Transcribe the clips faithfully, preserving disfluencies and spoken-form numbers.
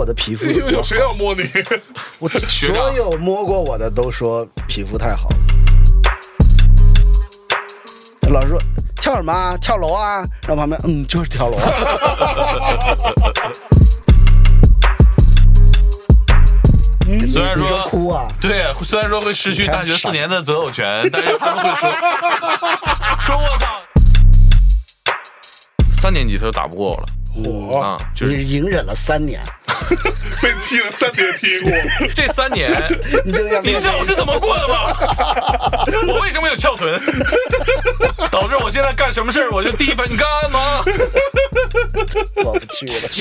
的皮肤有有谁要摸你？ 我所有摸过我的都说皮肤太好。老师说跳什么啊？跳楼啊？然后旁边嗯，就是跳楼。 嗯、虽然 说, 说哭啊， 对，虽然说会失去大学四年的择偶权，但是他们会说说我操，三年级他就打不过我了。 我、 啊就是、 你隐忍了三年， 被踢了三年屁股。 这三年，你知道我是怎么过的吗？我为什么有翘臀？导致我现在干什么事儿，我就第一反应干嘛？ 我不去了。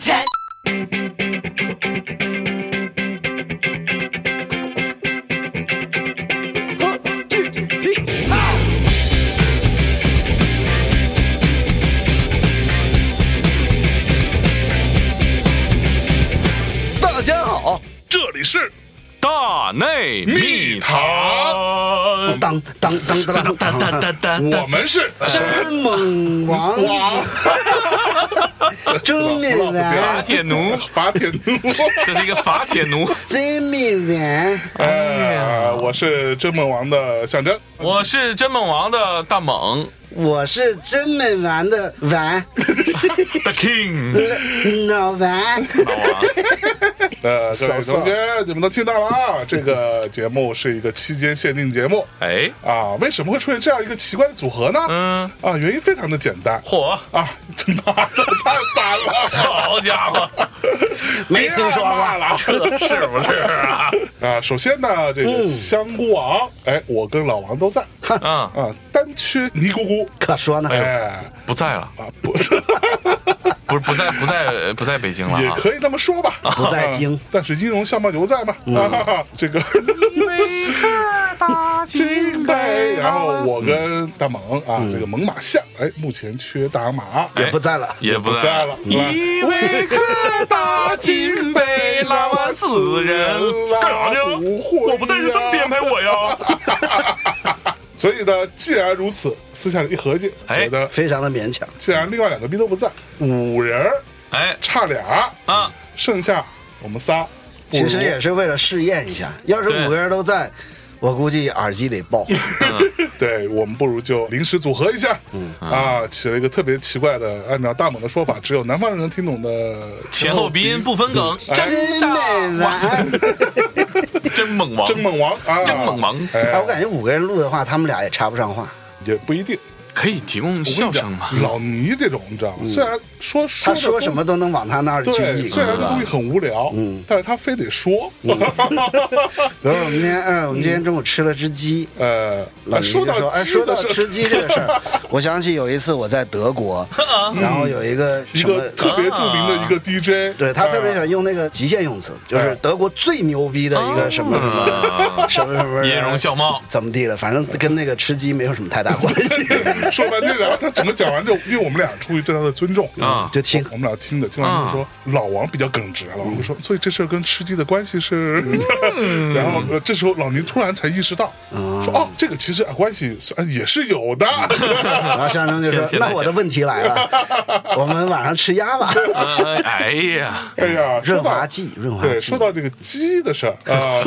大家好， 这里是大内密谈。 当当当当当当当当， 我们是真猛王王， 真命人， 法铁奴， 法铁奴， 这是一个法铁奴， 真命人。 呃，我是真猛王的象征， 我是真猛王的大猛。 我是真猛王的王 The King 老王。 老王。 呃，各位同学，你们都听到了啊！这个节目是一个期间限定节目， 哎啊，为什么会出现这样一个奇怪的组合呢？嗯，啊，原因非常的简单， 嚯啊，真的太烦了， 好家伙， 没听说过了， 这是不是啊？ 啊，首先呢，这个香菇王，哎，我跟老王都在， 啊啊，单缺尼姑姑， 可说呢， 哎，不在了啊，不。 不是不在不在不在北京了、啊， 也可以这么说吧， 不在京， 啊、但是音容相貌犹在嘛。嗯、啊，这个大金杯，然后我跟大猛啊，嗯、这个猛犸象，哎，目前缺大马， 也不在了， 也不在了。 一位克大金杯，拉完死人，干啥呢？我不在就这么编排我呀。 所以呢，既然如此，私下里一合计，觉得非常的勉强。 既然另外两个逼都不在，五人， 哎， 差俩啊，剩下我们仨， 其实也是为了试验一下。要是五个人都在，我估计耳机得爆。 嗯、对，我们不如就临时组合一下，嗯啊，起了一个特别奇怪的，按照大猛的说法，只有南方人能听懂的前后鼻音不分梗， 嗯、真大王。 真猛王， 真猛王啊！ 真猛王！ 哎，我感觉五个人录的话，他们俩也插不上话， 也不一定。 可以提供笑声嘛？ 老倪这种，你知道吗？嗯、虽然说说他说什么都能往他那儿去引， 虽然东西很无聊，嗯，但是他非得说。嗯、 比如我们今天，呃，我们今天中午吃了只鸡， 呃， 老倪就说，哎，说到吃鸡这个事儿，我想起有一次我在德国，然后有一个一个特别著名的一个 D J， 对他特别喜欢用那个极限用词，就是德国最牛逼的一个什么什么什么什么音容笑貌怎么地的，反正跟那个吃鸡没有什么太大关系。 说半天，然后他整个讲完之后，因为我们俩出于对他的尊重啊，就听我们俩听的，听完就说老王比较耿直，老王就说，所以这事跟吃鸡的关系是，然后这时候老倪突然才意识到，说哦，这个其实啊关系也是有的。 然后象征就说，那我的问题来了，我们晚上吃鸭吧。 哎呀， 哎呀， 润滑剂，润滑剂。 对，说到这个鸡的事儿啊，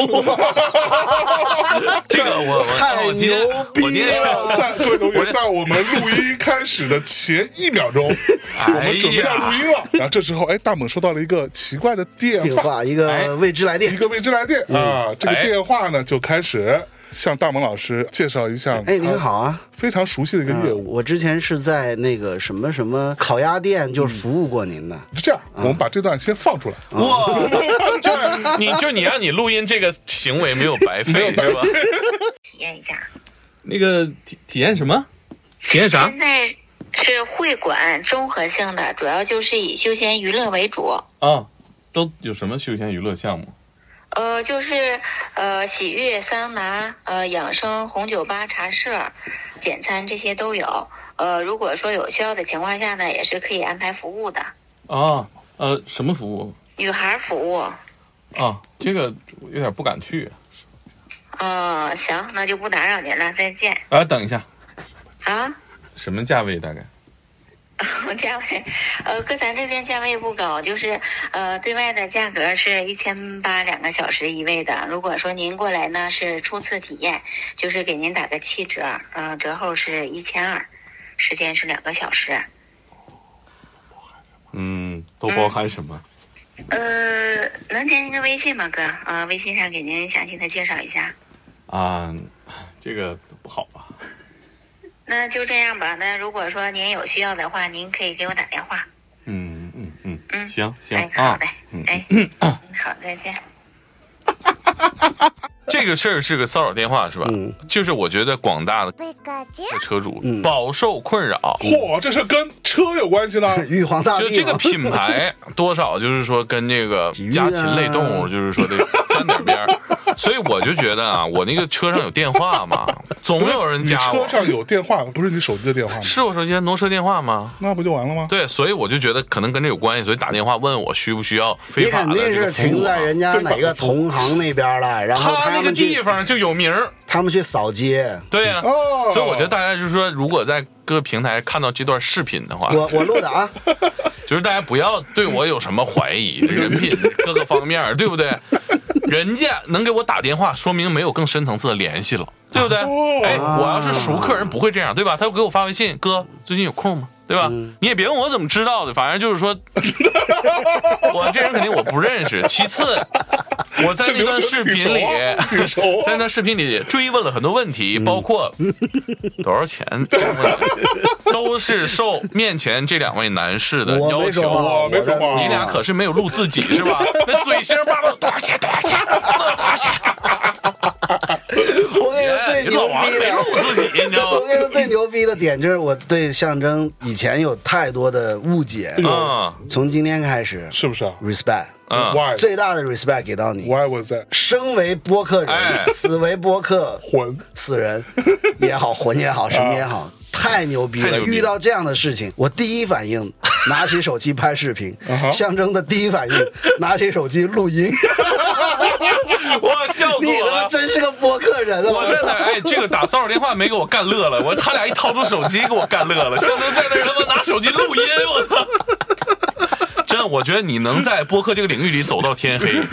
这个我太牛逼了，在各位同学，在我们录音开始的前一秒钟，我们准备要录音了。然后这时候，哎，大猛收到了一个奇怪的电话， 一个未知来电， 一个未知来电啊。这个电话呢，就开始向大猛老师介绍一项， 哎，您好啊， 非常熟悉的一个业务。 我之前是在那个什么什么烤鸭店，就是服务过您的。 就这样，我们把这段先放出来。 哇，就你就你让你录音这个行为没有白费，是吧？ 体验一下。 那个体体验什么？体验啥？ 现在是会馆综合性的，主要就是以休闲娱乐为主。 啊，都有什么休闲娱乐项目？ 呃，就是呃洗浴、桑拿、呃养生、红酒吧、茶社、简餐这些都有。呃，如果说有需要的情况下呢，也是可以安排服务的。 啊，呃，什么服务？ 女孩服务。 啊，这个有点不敢去。 呃，行，那就不打扰您了，再见。 啊，等一下。 啊？ 什么价位大概？ 价位，呃，搁咱这边价位不高，就是呃，对外的价格是一千八两个小时一位的。如果说您过来呢是初次体验，就是给您打个七折，呃，折后是一千二，时间是两个小时。 嗯，都包含什么？ 呃，能加您的微信吗，哥？呃，微信上给您详细的介绍一下。 啊，这个不好吧？ 那就这样吧。那如果说您有需要的话，您可以给我打电话。 嗯嗯嗯嗯， 行行哎，好的， 啊，嗯哎，好，再见。 这个事儿是个骚扰电话是吧？ 嗯， 就是我觉得广大的车主饱受困扰。 嚯，这是跟车有关系呢？ 玉皇大帝嘛， 就这个品牌多少就是说跟这个家禽类动物就是说得沾点边儿，所以我就觉得啊，我那个车上有电话嘛，总有人你加我车。上有电话，不是你手机的电话吗？ 是我手机的挪车电话吗？ 那不就完了吗？ 对，所以我就觉得可能跟这有关系，所以打电话问我需不需要非你法的肯定是这个服务啊。 停在人家哪个同行那边了，然后他那个们去地方就有名儿， 他们去扫街。 对呀、 哦， 所以我觉得大家就是说，如果在各个平台看到这段视频的话， 我我录的啊， 就是大家不要对我有什么怀疑，人品各个方面，对不对？人家能给我打电话，说明没有更深层次的联系了，对不对？哎，我要是熟客人不会这样，对吧？他给我发微信，哥，最近有空吗？对吧？你也别问我怎么知道的，反正就是说，我这人肯定我不认识。其次，我在那段视频里，在那视频里追问了很多问题，包括多少钱，都是受面前这两位男士的要求。 我没说话， 你俩可是没有录自己是吧？那嘴型巴拉多少钱？多少钱？多少钱？ 我跟你说最牛逼的， 录自己，你知道吗？ 我跟你说最牛逼的点就是我对象征以前有太多的误解， 嗯， 从今天开始是不是啊 ，respect， 嗯 ？Why 最大的 respect 给到你。 Why was that？ 生为播客人， 哎死为播客混死人也好，混也好，什么也好，太牛逼了！ 太牛逼了遇到这样的事情，我第一反应拿起手机拍视频啊哈， 象征的第一反应拿起手机录音。 哇，笑死你我了！ 他妈真是个播客人啊！ 我在那儿，哎，这个打骚扰电话没给我干乐了，我他俩一掏出手机给我干乐了，象征在那儿他妈拿手机录音，我操！真的，我觉得你能在播客这个领域里走到天黑。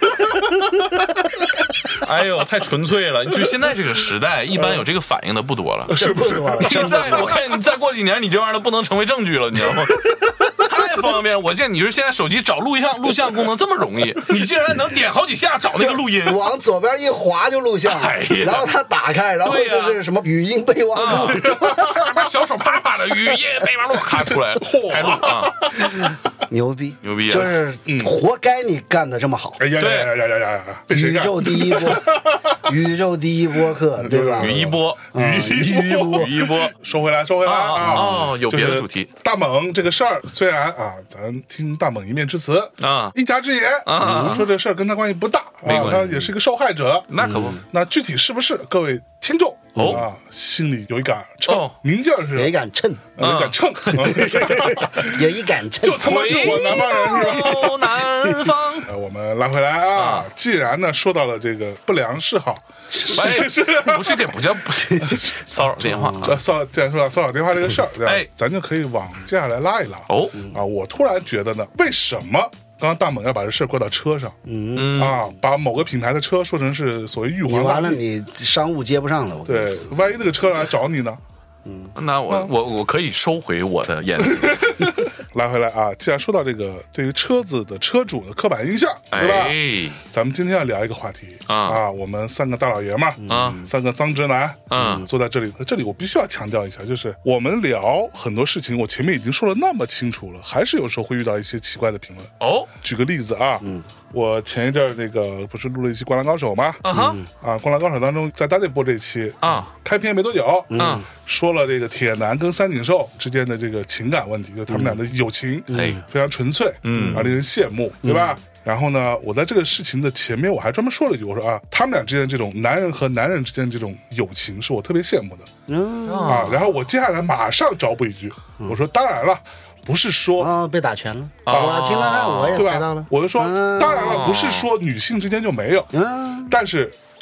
哎呦，太纯粹了！就现在这个时代，一般有这个反应的不多了。 是不是？ 你再，我看你再过几年，你这玩意儿都不能成为证据了，你知道吗？太方便了！我见你是现在手机找录像录像功能这么容易，你竟然能点好几下找那个录音， 往左边一滑就录像， 哎呀然后他打开，然后对呀就是什么语音备忘录， 把小手啪啪的语音备忘录咔出来开录啊！ 牛逼牛逼啊就是活该你干的这么好。 哎呀呀呀呀呀呀呀！被谁干？ 宇宙第一播，宇宙第一播客，对吧？ 雨一波， 嗯雨一波， 雨一波， 说回来，说回来啊啊！ 哦有别的主题。 就是大猛这个事儿，虽然啊，咱听大猛一面之词啊一家之言啊说这事儿跟他关系不大啊， 没关系他也是一个受害者。 那可不， 那具体是不是？各位听众哦啊，心里有一杆秤哦， 明镜是有一杆秤， 有一杆秤， 有一杆秤就，他妈是我南方人是吧？ 哦，南方， 呃，我们拉回来啊啊， 既然呢说到了这个不良嗜好， 哎是是是， 不是这不叫不骚扰电话啊这骚，既然说到骚扰电话这个事儿，对吧？ 哎咱就可以往接下来拉一拉。 哦， 啊，我突然觉得呢，为什么刚刚大猛要把这事儿挂到车上？ 嗯啊，把某个品牌的车说成是所谓玉你皇大完了， 帝。 你商务接不上了。我跟你对说， 万一那个车来找你呢？ 那我我我可以收回我的言辞， 拉回来啊！既然说到这个对于车子的车主的刻板印象，对吧？ 哎， 咱们今天要聊一个话题啊啊，我们三个大老爷们儿啊三个脏直男， 嗯坐在这里，这里我必须要强调一下，就是我们聊很多事情，我前面已经说的那么清楚了，还是有时候会遇到一些奇怪的评论。 哦， 举个例子啊，嗯，我前一阵儿那个不是录了一期《灌篮高手》吗？ 啊哈， 啊，《灌篮高手》当中在单内播这期啊， 开篇没多久， 嗯， 说了这个铁男跟三井寿之间的这个情感问题，就他们俩的友情， 哎非常纯粹， 嗯啊，令人羡慕，对吧？然后呢，我在这个事情的前面，我还专门说了一句，我说啊，他们俩之间这种男人和男人之间这种友情，是我特别羡慕的嗯啊。然后我接下来马上找补一句，我说当然了，不是说哦，被打拳了。 啊我听到那我也对猜到了。？ 吧我就说， 嗯当然了，不是说女性之间就没有， 嗯， 但是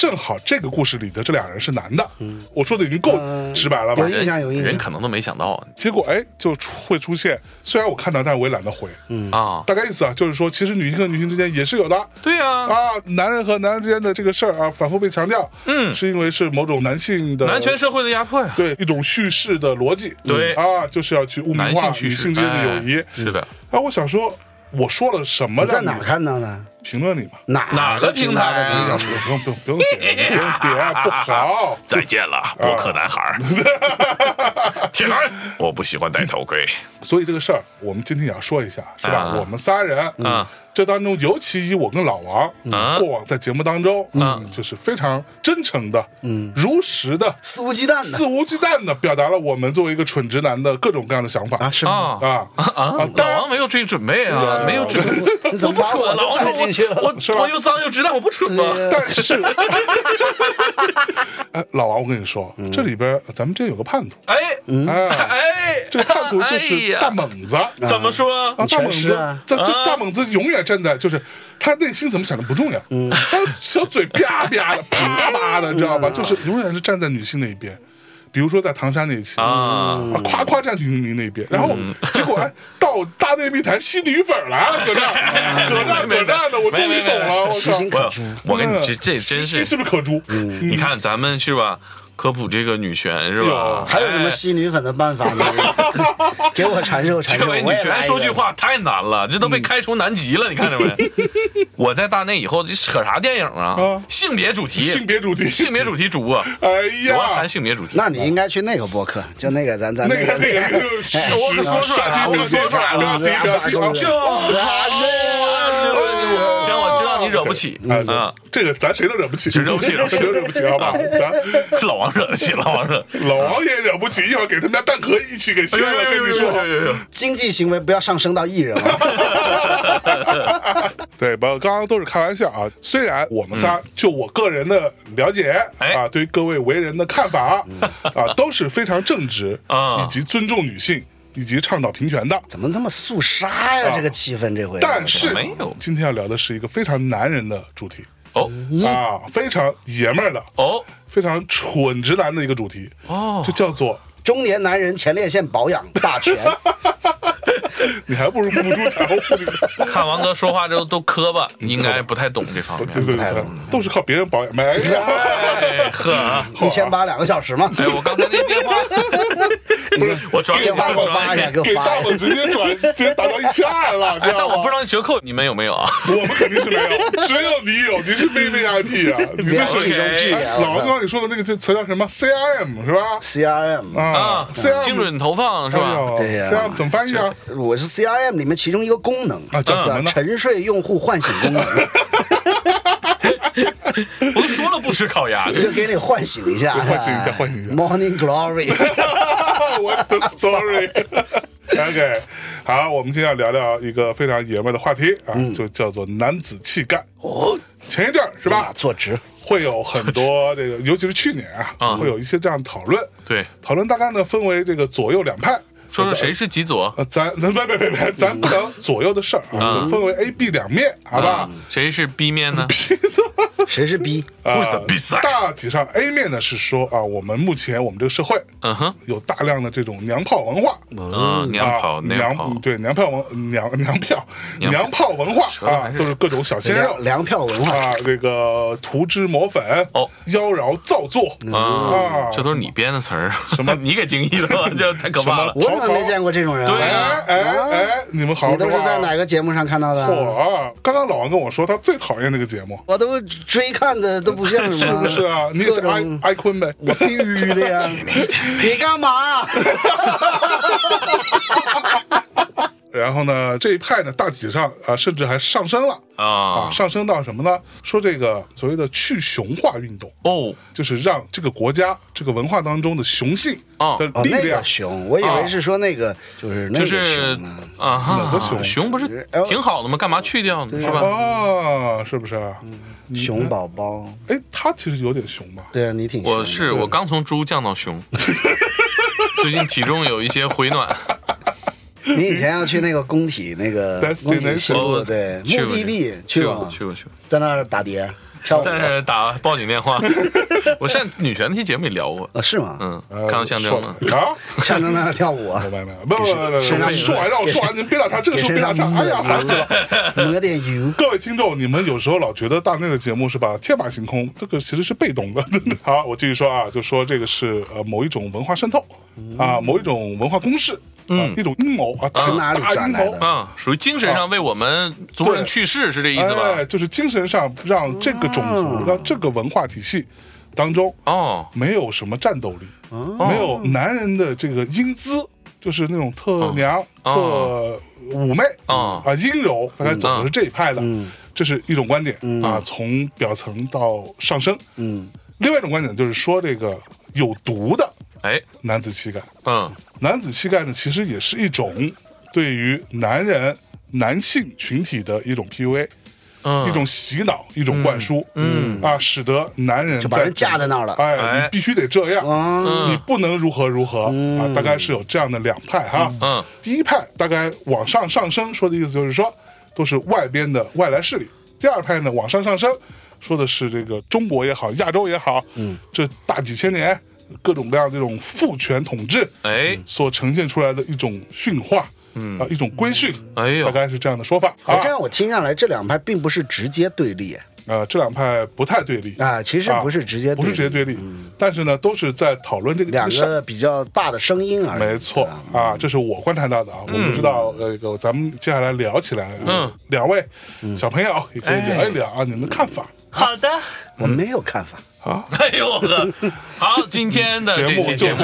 正好这个故事里的这俩人是男的，嗯，我说的已经够直白了吧？ 有印象，有印象。 人可能都没想到， 结果哎，就会出现。虽然我看到，但是我也懒得回。 嗯啊， 大概意思啊，就是说，其实女性和女性之间也是有的。 对呀， 啊，男人和男人之间的这个事儿啊，反复被强调，嗯，是因为是某种男性的男权社会的压迫呀， 对一种叙事的逻辑， 对啊，就是要去污名化女性之间的友谊。 是的。 啊，我想说，我说了什么？ 在哪看到的？ 评论里嘛。 哪哪个平台？ 不用不用不用点，不用点，不好。 再见了，播客男孩。铁男，我不喜欢戴头盔。 所以这个事儿，我们今天也要说一下，是吧？我们仨人，嗯。这当中，尤其以我跟老王，嗯，过往在节目当中，嗯，就是非常真诚的，嗯，如实的， 肆无忌惮的， 肆无忌惮的表达了我们作为一个蠢直男的各种各样的想法啊，是吗？ 啊啊！老王没有这个准备啊，没有准备， 你怎么不蠢？老王说我我我又脏又直，但我不蠢吗？ 但是，哎，老王，我跟你说，这里边咱们这有个叛徒， 哎哎哎， 这个叛徒就是大猛子， 怎么说啊？大猛子，这这大猛子永远站在就是他内心怎么想的不重要，嗯，他小嘴啪啪的啪啪的，你知道吧？就是永远是站在女性那一边。比如说在唐山那一期啊，夸夸站女女那边，然后结果哎到大内密谈吸女粉了，搁这搁这搁这的，我终于懂了，我靠！ 我跟你这这真是是不是可猪？ 你看咱们是吧？科普这个女权是吧？ 还有什么吸女粉的办法呢？给我传授传授。 这位女权说句话太难了，这都被开除南极了，你看着没？我在大内以后扯啥电影啊？性别主题， 性别主题， 性别主题主播。 哎呀， 我要谈性别主题。 那你应该去那个播客，就那个咱咱那个那个， 我可说出来，我说出来了，就行，我知道你惹不起啊，这个咱谁都惹不起， 惹不起， 谁都惹不起，好吧？咱老王惹得起，老王惹， 老王也惹不起，一会儿给他们家蛋壳一起给掀了，跟你说， 经济行为不要上升到艺人了。 对，不，刚刚都是开玩笑啊。虽然我们仨就我个人的了解啊，对于各位为人的看法啊，都是非常正直以及尊重女性。以及倡导平权的， 怎么那么肃杀呀？啊、这个气氛这回， 但是没有。 今天要聊的是一个非常男人的主题哦啊，非常爷们儿的哦， 非常蠢直男的一个主题哦，就叫做中年男人前列腺保养大全。 你还不如不住财务护理。 看王哥说话之后都磕巴，应该不太懂这方面。 对对对，都是靠别人保养。没呀， 呵， 一千八两个小时嘛。 哎，我刚才那电话，不是我转电话给我发一下，给我发一下，直接转，直接打到一千二了。 哎，但我不知道折扣你们有没有啊？ 我们肯定是没有，只有你有，你是 V V I P 啊，你这是你中 P。 老王刚刚你说的那个词叫什么 C R M 是吧 ？C R M 啊 ，C R M 精准投放是吧？ 对呀 ，C R M 怎么翻译啊？ 我是 C R M 里面其中一个功能啊，叫什么呢？ 沉睡用户唤醒功能。 我都说了不吃烤鸭， 就给你唤醒一下， 唤醒一下，唤醒一下。 Morning Glory。What's the story？ OK， 好，我们今天要聊聊一个非常爷们儿的话题啊，就叫做男子气概。哦，前一阵儿是吧？ 坐直。 会有很多这个，尤其是去年啊，会有一些这样的讨论。 对， 讨论大概呢分为这个左右两派。 说说谁是极左？ 呃，咱咱别别别别，咱不聊左右的事儿啊，就分为 A、B 两面，好吧？ 谁是 B 面呢？ 谁是 B？ 啊，大体上 A 面呢是说啊，我们目前我们这个社会，嗯哼，有大量的这种娘炮文化， 嗯，娘炮娘对娘炮文娘娘票娘炮文化啊，都是各种小鲜肉， 粮票文化啊，这个涂脂抹粉哦，妖娆造作啊，这都是你编的词儿，什么你给定义的吗？这太可怕了。 我怎么没见过这种人？ 对啊，哎哎，你们好好说话。 你都是在哪个节目上看到的？ 嚯！刚刚老王跟我说他最讨厌那个节目， 我都追看的都不像是不是啊？你也是哀哀坤呗？ 我必须的呀！你干嘛？ 然后呢，这一派呢，大体上啊，甚至还上升了啊啊，上升到什么呢？说这个所谓的去熊化运动哦，就是让这个国家这个文化当中的雄性的力量。 哦、那个熊，我以为是说那个、啊、就是那个就是啊哈， 哪个熊？ 熊不是挺好的吗？干嘛去掉呢？是吧？ 啊，是不是啊？ 嗯、熊宝宝， 哎，他其实有点熊吧？ 对啊，你挺熊。 我是我刚从猪降到熊，最近体重有一些回暖。 你以前要去那个工体那个工体西路，对，目的地去过去过去过， 在那儿打碟。 在那打报警电话。我上女权那期节目里聊过， 啊，是吗？ 嗯， 呃看到象征了啊， 象征在那跳舞啊， 没有没有，不不不不，说完让我说完，你们别打岔，这个时候别打岔，哎呀，烦死了。 抹点油。 各位听众，你们有时候老觉得大内的节目是吧天马行空，这个其实是被动的。好，我继续说啊，就说这个是呃某一种文化渗透啊，某一种文化公式。嗯，一种阴谋啊， 从哪里大阴谋啊，属于精神上为我们族人去世，是这意思吧？ 哎，就是精神上让这个种族、让这个文化体系当中哦， 没有什么战斗力，没有男人的这个英姿，就是那种特娘、特妩媚啊、阴柔，大概走的是这一派的，这是一种观点啊，从表层到上升。嗯，另外一种观点就是说这个有毒的。 哎， 男子气概， 嗯， 男子气概呢，其实也是一种对于男人、男性群体的一种 P U A，嗯，一种洗脑，一种灌输，嗯啊，使得男人就把人架在那儿了， 哎，你必须得这样，你不能如何如何啊，大概是有这样的两派哈，嗯，第一派大概往上上升，说的意思就是说都是外边的外来势力；第二派呢往上上升，说的是这个中国也好，亚洲也好，嗯，这大几千年。各种各样这种父权统治，哎，所呈现出来的一种驯化，嗯啊，一种规训，哎呦，大概是这样的说法。 好，这样我听下来，这两派并不是直接对立， 呃，这两派不太对立啊，其实不是直接对立， 不是直接对立，但是呢，都是在讨论这个两个比较大的声音而已。 没错啊，这是我观察到的啊，我不知道那个咱们接下来聊起来，嗯，两位小朋友也可以聊一聊啊，你们的看法。 好的， 我没有看法。 好， 哎呦我呵，好，今天的节目就这节目，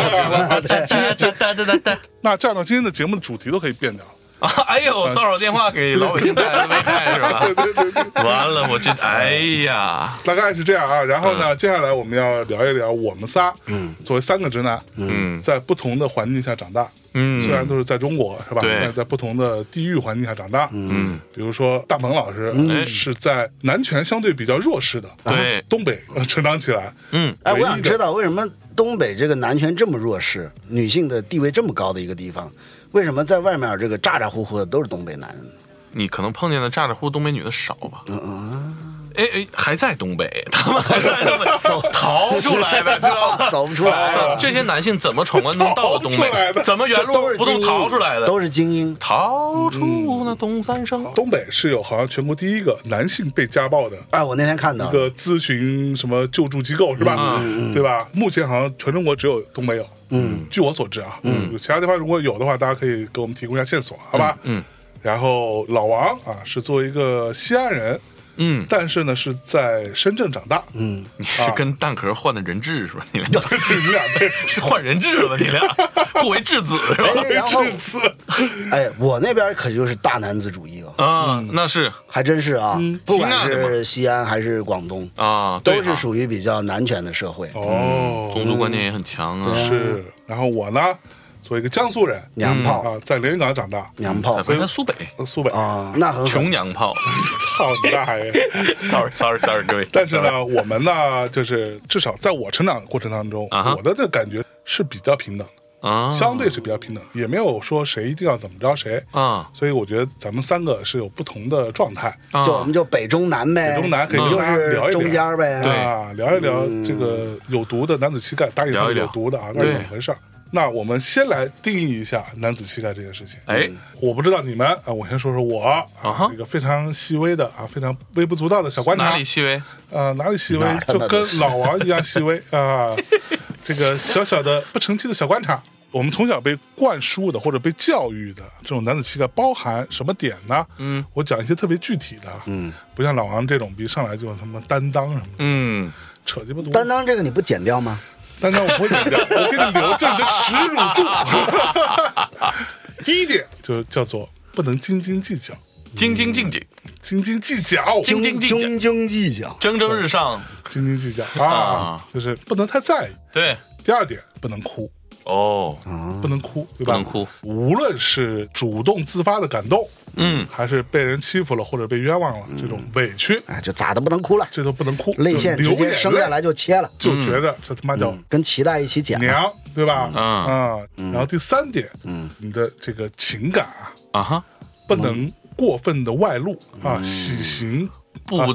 那这样的今天的节目的主题都可以变掉。 啊！哎呦，骚扰电话给老百姓带来的危害是吧？ 对对对对， 完了，我这哎呀， 大概是这样啊。然后呢，接下来我们要聊一聊我们仨，嗯，作为三个直男，嗯，在不同的环境下长大，嗯，虽然都是在中国是吧？但是在不同的地域环境下长大，嗯，比如说大鹏老师是在男权相对比较弱势的对东北成长起来， 嗯，哎，我想知道为什么东北这个男权这么弱势，女性的地位这么高的一个地方。为什么在外面这个咋咋呼呼的都是东北男人？ 你可能碰见的咋咋呼东北女的少吧？嗯嗯。哎哎，还在东北，他们还在东北走逃出来的，知道吗？ 走不出来。 这些男性怎么闯关东到了东北？怎么原路不动逃出来的？ 都是精英。 逃出那东三省。 东北是有好像全国第一个男性被家暴的。 哎，我那天看到一个咨询什么救助机构是吧？对吧？目前好像全中国只有东北有。嗯，据我所知啊，嗯，其他地方如果有的话，大家可以给我们提供一下线索，好吧？嗯。然后老王啊，是作为一个西安人。嗯，但是呢，是在深圳长大。嗯， 你是跟蛋壳换的人质是吧？你俩， 你俩对是换人质了吧？你俩不为质子是吧？ 为质子。 哎，我那边可就是大男子主义哦。 啊，那是还真是啊，不管是西安还是广东啊， 都是属于比较男权的社会。 哦，种族观念也很强啊。 是，然后我呢？作为一个江苏人， 娘炮啊，在连云港长大， 娘炮， 所以他苏北， 苏北啊，那很穷娘炮， 操你大爷 ！Sorry Sorry Sorry， 各位。 但是呢，我们呢，就是至少在我成长过程当中，我的这感觉是比较平等的啊，相对是比较平等，也没有说谁一定要怎么着谁啊。所以我觉得咱们三个是有不同的状态， 就我们就北中南呗， 北中南可以就是聊一聊中间呗， 啊，聊一聊这个有毒的男子气概，打引号有毒的啊，那是怎么回事？那我们先来定义一下男子气概这件事情。哎，我不知道你们啊，我先说说我啊，一个非常细微的啊，非常微不足道的小观察。 哪里细微？ 啊，哪里细微？就跟老王一样细微啊。这个小小的不成器的小观察，我们从小被灌输的或者被教育的这种男子气概包含什么点呢？嗯，我讲一些特别具体的，嗯，不像老王这种，比上来就什么担当什么的，嗯，扯鸡巴多。 担当这个你不剪掉吗？ 但是我不会剪掉，我给你留着你的耻辱柱。第一点就叫做不能斤斤计较， 斤斤计较， 斤斤计较， 斤斤计较， 斤斤计较， 蒸蒸日上， 斤斤计较啊，就是不能太在意。 对， 第二点不能哭哦，不能哭，对吧？ 不能哭， 无论是主动自发的感动。嗯，还是被人欺负了或者被冤枉了，这种委屈， 哎，就咋的不能哭了， 这都不能哭， 泪腺直接生下来就切了， 就觉着这他妈叫跟脐带一起剪娘，对吧？啊，然后第三点，嗯，你的这个情感啊，啊哈，不能过分的外露啊，喜形不能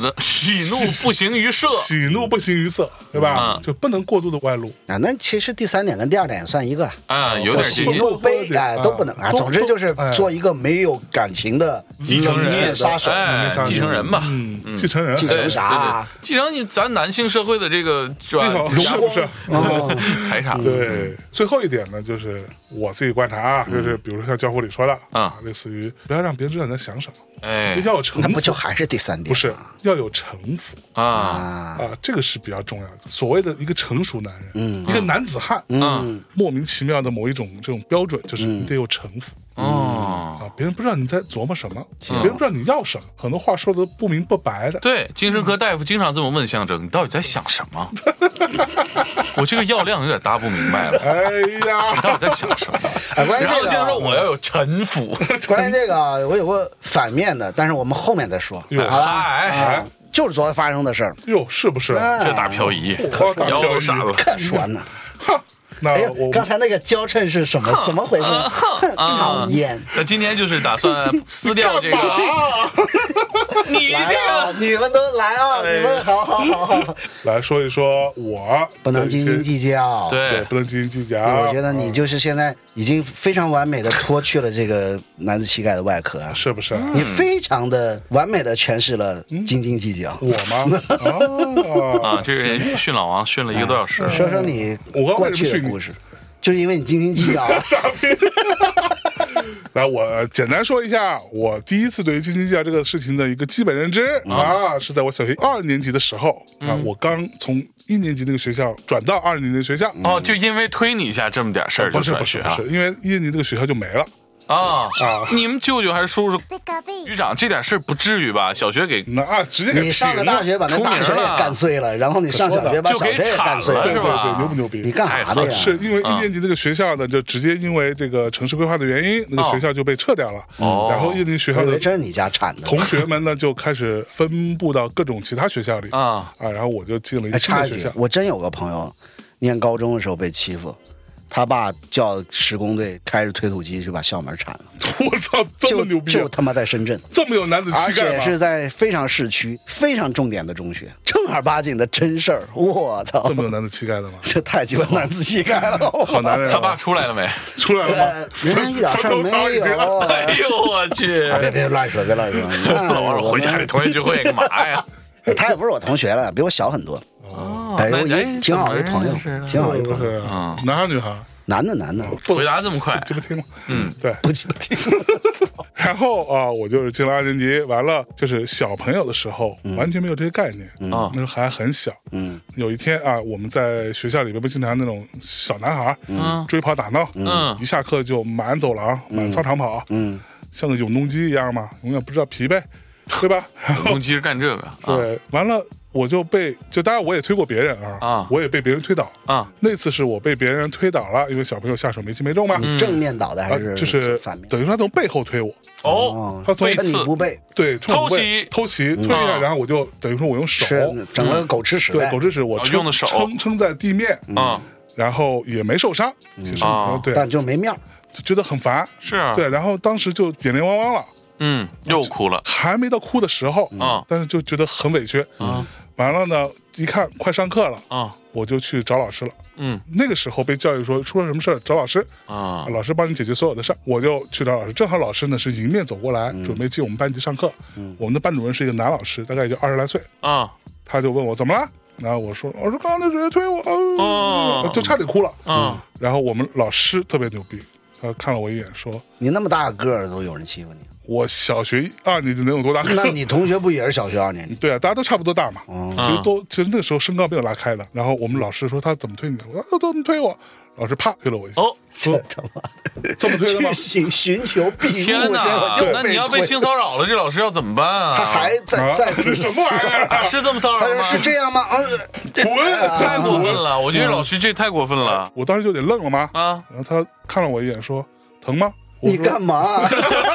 喜怒不形于色， 喜怒不形于色，对吧？ 嗯就不能过度的外露啊，那其实第三点跟第二点也算一个了。 啊，有点喜接近。 怒悲哎都不能啊， 都总之就是都哎做一个没有感情的继承人冷面杀手。 哎，继承人吧， 嗯，继承人， 继承对啥？ 继承你咱男性社会的这个是吧？ 不是不是， 哦， 财产， 对，最后一点呢，就是我自己观察啊，就是比如说像教父里说的啊， 类似于不要让别人知道你在想什么， 哎要有城那不就府， 还是第三点？ 不是要有城府啊， 啊， 啊，这个是比较重要的。所谓的一个成熟男人， 嗯一个男子汉， 嗯， 莫名其妙的某一种这种标准，就是你得有城府。 哦， 啊，别人不知道你在琢磨什么，别人不知道你要什么，很多话说的不明不白的。 对，精神科大夫经常这么问象征，你到底在想什么？我这个药量有点搭不明白了， 哎呀你，到底在想什么？ 哎，关于然后这先说个， 我要有城府， 关于这个，我有个反面的，但是我们后面再说。 哟好吧？ 嗨， 啊，就是昨天发生的事儿， 哟，是不是？ 哎这大漂移， 我大腰漂移都闪了。 可说呢。 哈，那哎呀我， 刚才那个交衬是什么？怎么回事？哼讨厌！ 那今天就是打算撕掉这个，你来这啊， 个你们都来啊！ 哎你们好好好好， 来说一说我不能斤斤计较。 对， 对不能斤斤计较。 我觉得你就是现在已经非常完美的脱去了这个男子气概的外壳啊， 是不是你非常的完美的诠释了斤斤计较。 我吗？啊啊，这人训老王训了一个多小时， 说说你我刚过为什么训你去的故事，就是因为你斤斤计较。 傻逼！来，我简单说一下，我第一次对于斤斤计较这个事情的一个基本认知啊，是在我小学二年级的时候啊，我刚从一年级那个学校转到二年级的学校。 哦，就因为推你一下这么点事儿就不是转学啊不是不是，因为一年级那个学校就没了。 啊啊你们舅舅还是叔叔局长这点事儿不至于吧？小学给那啊，直接给你上了大学把那大学也干碎了，然后你上小学把就给小学也干碎铲了对对是吧对，牛不牛逼？ 你干啥的呀？ 是因为一年级这个学校呢，就直接因为这个城市规划的原因，那个学校就被撤掉了。 哦然后一年级学校的我以为这是你家产的。 同学们呢，就开始分布到各种其他学校里啊啊，然后我就进了一哎， 个新插一句的学校，。 我真有个朋友，念高中的时候被欺负，他爸叫施工队开着推土机就把校门铲了， 我操，这么就牛逼啊就！他妈在深圳。 这么有男子而气概吗？ 且是在非常市区、非常重点的中学，正儿八经的真事儿。我操这，么有男子气概的吗？ 这太鸡巴男子气概了！ 好男人啊！ 他爸出来了没？ 出来了呃吗？ 人家一点事儿没有。 哎呦我去！ 啊别别乱说，别乱说。 老王说回家里同学聚会干嘛呀？ 他也不是我同学了，比我小很多。 哦哎，我那一挺好一朋友，挺好一朋友， 不是嗯男孩女孩？ 男的男的， 回答这么快， 这不听了。 嗯， 对。 不鸡巴听。 然后啊，我就是进了二年级，完了就是小朋友的时候，完全没有这些概念， 啊那时候还很小。 嗯有一天啊，我们在学校里边不经常那种小男孩嗯追跑打闹， 嗯一下课就满走廊、满操场跑， 嗯， 像个永动机一样嘛，永远不知道疲惫，对吧？然后公鸡是干这个啊对，完了我就被就当然我也推过别人啊， 啊我也被别人推倒。 啊那次是我被别人推倒了，因为小朋友下手没轻没重嘛， 你正面倒的啊还是就是反面？ 等于说他从背后推我， 哦， 他从趁你不备， 对，冲我背偷袭偷袭推一下， 啊然后我就等于说我用手， 是整了个狗吃屎呗。 对，狗吃屎，我撑哦用的手撑撑在地面， 啊然后也没受伤，其实啊对， 但就没面儿。 就觉得很烦， 是啊对，然后当时就眼泪汪汪了， 嗯，又哭了还没到哭的时候啊但是就觉得很委屈啊完了呢，一看快上课了， 啊我就去找老师了。 嗯那个时候被教育说出了什么事儿找老师， 啊老师帮你解决所有的事儿，我就去找老师。正好老师呢是迎面走过来，准备进我们班级上课。我们的班主任是一个男老师，大概也就二十来岁， 啊他就问我怎么了，然后我说老师刚刚那谁推我， 哦呃就差点哭了。 啊然后我们老师特别牛逼，他看了我一眼说， 你那么大个儿都有人欺负你， 我小学二年级能有多大？ 那你同学不也是小学二年级？ 对啊，大家都差不多大嘛。 哦其实都其实那个时候身高没有拉开的。然后我们老师说他怎么推你的，我说怎么推我？老师啪推了我一下， 哦说他妈这么推的吗去？寻寻求庇护， 天结果哪！ 又那你要被推性骚扰了，这老师要怎么办啊？ 他还在啊再次什么玩意儿啊？ 是这么骚扰吗？ 他说是这样吗？啊， 滚！ 太过分了，我觉得老师这太过分了我当时就有点愣了嘛。 啊！ 然后他看了我一眼说疼吗？我你说干嘛？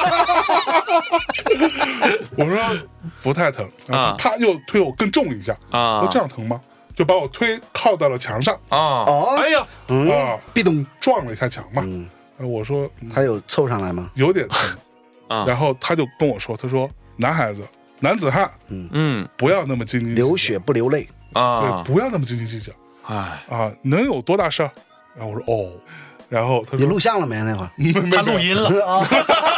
我说不太疼。然后他啪又推我更重一下。 啊我说这样疼吗？就把我推靠到了墙上啊！ 哦哎呀， 嗯， 啊， 壁咚， 撞了一下墙嘛。 嗯， 然后我说嗯他有凑上来吗？ 有点疼。 啊然后他就跟我说，他说男孩子男子汉， 嗯， 不要那么斤斤计较， 流血不流泪啊， 对，不要那么斤斤计较。 哎啊，能有多大事儿？然后我说哦，然后他说你录像了没那会儿？ 他录音了啊，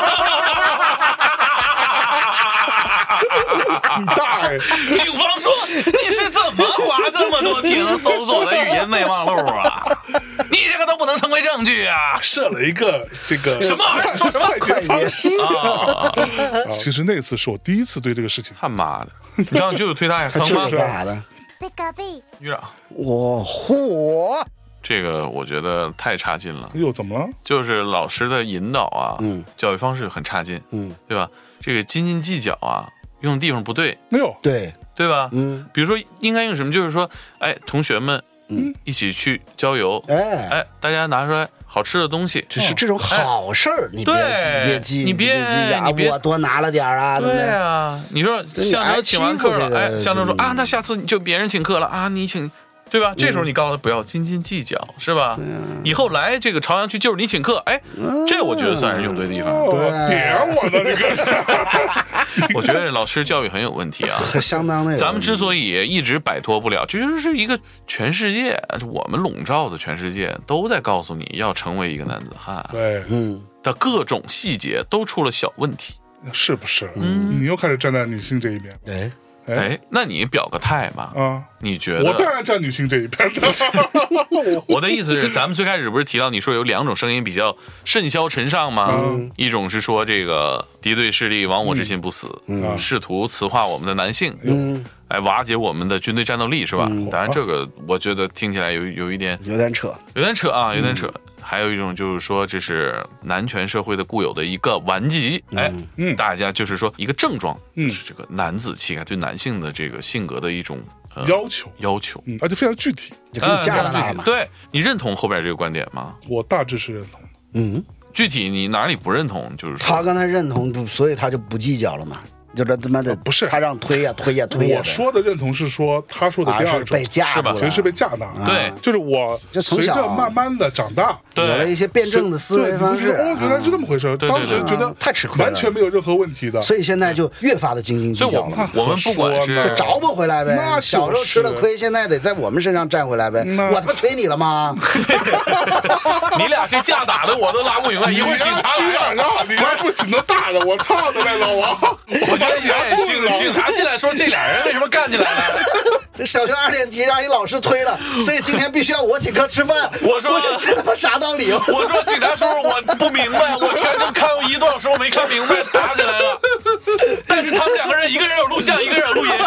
你大爷！ 警方说你是怎么花这么多屏搜索的语音备忘录啊？你这个都不能成为证据啊！ 设了一个这个什么说什么快捷方式啊？ 啊其实那次是我第一次对这个事情， 他妈的，你知道舅舅推他也他坑吗这？是干啥的？ 局长， 我嚯！ 这个我觉得太差劲了， 哎呦，怎么了？ 就是老师的引导啊， 嗯， 教育方式很差劲， 嗯， 对吧？这个斤斤计较啊，用的地方不对， 哎呦， 对， 对吧？ 嗯， 比如说应该用什么？就是说，哎，同学们， 嗯， 一起去郊游， 哎， 哎，大家拿出来好吃的东西， 就是这种好事儿，你别对别记， 你别记啊你别我多拿了点儿啊，对不对对？ 啊，你说你象征请完课了， 爱欺负这个哎，象征说嗯啊，那下次就别人请客了啊，你请。对吧？这时候你告诉他不要斤斤计较，是吧？以后来这个朝阳区就是你请客，哎，这我觉得算是用对地方。 哦，点我呢，这个是。 我觉得老师教育很有问题啊。 相当的有。 咱们之所以一直摆脱不了，这就是一个全世界我们笼罩的全世界都在告诉你要成为一个男子汉， 对， 嗯， 的各种细节都出了小问题。 是不是？嗯，你又开始站在女性这一边。 哎， 哎，那你表个态嘛？ 啊， 你觉得？ 我当然站女性这一边的。 我的意思是，咱们最开始不是提到你说有两种声音比较甚嚣尘上吗？ 嗯一种是说这个敌对势力亡我之心不死， 嗯试图磁化我们的男性， 嗯， 来瓦解我们的军队战斗力，是吧？当然，这个我觉得听起来有有一点有点扯。 有点扯啊，有点扯。还有一种就是说，这是男权社会的固有的一个顽疾，哎， 嗯大家就是说一个症状， 嗯是这个男子气概对男性的这个性格的一种、呃、 要求， 要求， 嗯，而且非常具体。 就给你架在那儿嘛。 对你认同后边这个观点吗？ 我大致是认同。 嗯， 具体你哪里不认同？就是说他刚才认同不，所以他就不计较了嘛。就这他妈的不是他让推呀推呀推呀。 我说的认同是说，他说的啊第二种是被架是吧住了， 其实是被架那儿。 对就是我随就从小着慢慢的长大， 对有了一些辩证的思维方式。 对你会觉得哦，原来是这么回事。 对对当时觉得啊太吃亏了完全没有任何问题的。 所以现在就越发的斤斤计所以我较了嘛。 我们不管是说呢就找不回来呗。 那就是小时候吃了亏，现在得在我们身上占回来呗。 那我他妈推你了吗？ 你俩这架打的我都拉不明白，一会儿警察来了。 了，你还不仅能大的，我操的嘞，老王！ 我觉得哎，警警察进来说这俩人为什么干起来了？ 这小学二年级让一老师推了，所以今天必须要我请客吃饭。 我说我想这他妈啥道理？ 我说警察叔叔，我不明白，我全程看过一个多小时，我没看明白，打起来了。但是他们两个人，一个人有录像，一个人有录音。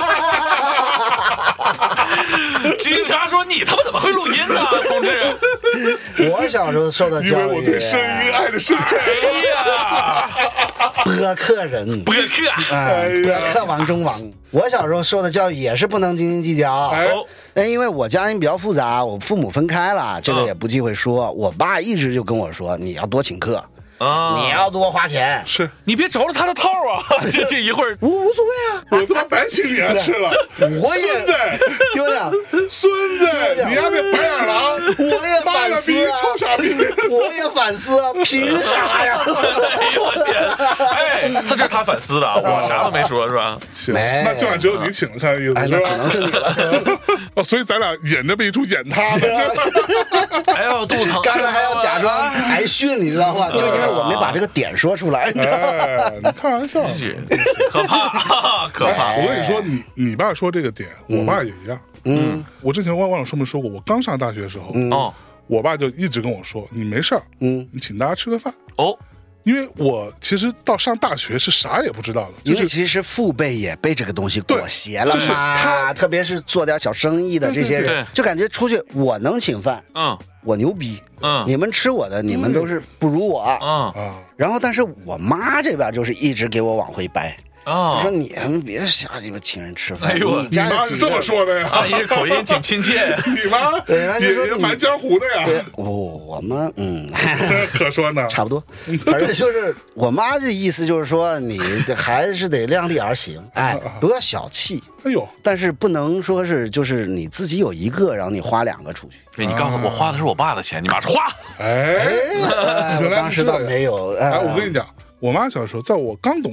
警察说：“你他妈怎么会录音呢，同志我小时候受的教育， 因为我对声音爱的深沉。？” 哎呀， 播客人， 不客气啊！ 哎，播客王中王。我小时候受的教育也是不能斤斤计较。 哎哦但因为我家庭比较复杂，我父母分开了，这个也不忌讳说。我爸一直就跟我说，你要多请客， 啊， 你要多花钱。 是你别着了他的套啊！这这一会儿， 无无所谓啊， 我他妈白请你还吃了， 我也孙子， 丢呀， 孙子，你丫这白眼狼， 我也妈了逼， 反思啊， 臭傻逼！ 我也反思啊，凭啥呀？ 哎呦我天！哎，他这是他反思的啊，我啥都没说，是吧？ 行， 没那今晚只有你请了，看这意哎， 思是那可能吧？ 是你了。 哦，所以咱俩演这么一出演他的， 哎呦，肚子疼！ 刚才还要假装挨训，你知道吗？就因为我没把这个点说出来。 哎，你开玩笑。 可怕，哈哈可怕！ 我跟你说，你你爸说这个点，我爸也一样。 嗯我之前忘忘了说没说过，我刚上大学的时候， 哦我爸就一直跟我说，你没事儿， 嗯， 你请大家吃个饭。 哦， 因为我其实到上大学是啥也不知道的，就是因为其实父辈也被这个东西裹挟了就是嘛， 他特别是做点小生意的这些对对人，就感觉出去我能请饭， 嗯我牛逼， 嗯你们吃我的，你们都是不如我。 嗯啊， 然后，但是我妈这边就是一直给我往回掰，就啊说，你们别瞎鸡巴请人吃饭， 哎呦你家你妈有几个是这么？说的呀？ 阿姨口音挺亲切。 你妈对他就说你也也蛮江湖的对呀，， 我我妈嗯。 可说呢。 差不多，反正就是我妈的意思，就是说你还是得量力而行，哎，不要小气， 哎呦， 但是不能说是就是你自己有一个，然后你花两个出去。 哎，你告诉我，我花的是我爸的钱，你妈说花。 哎， 哎，我原来当时倒是这样没有。 哎，我跟你讲，我妈小时候，在我刚懂事儿，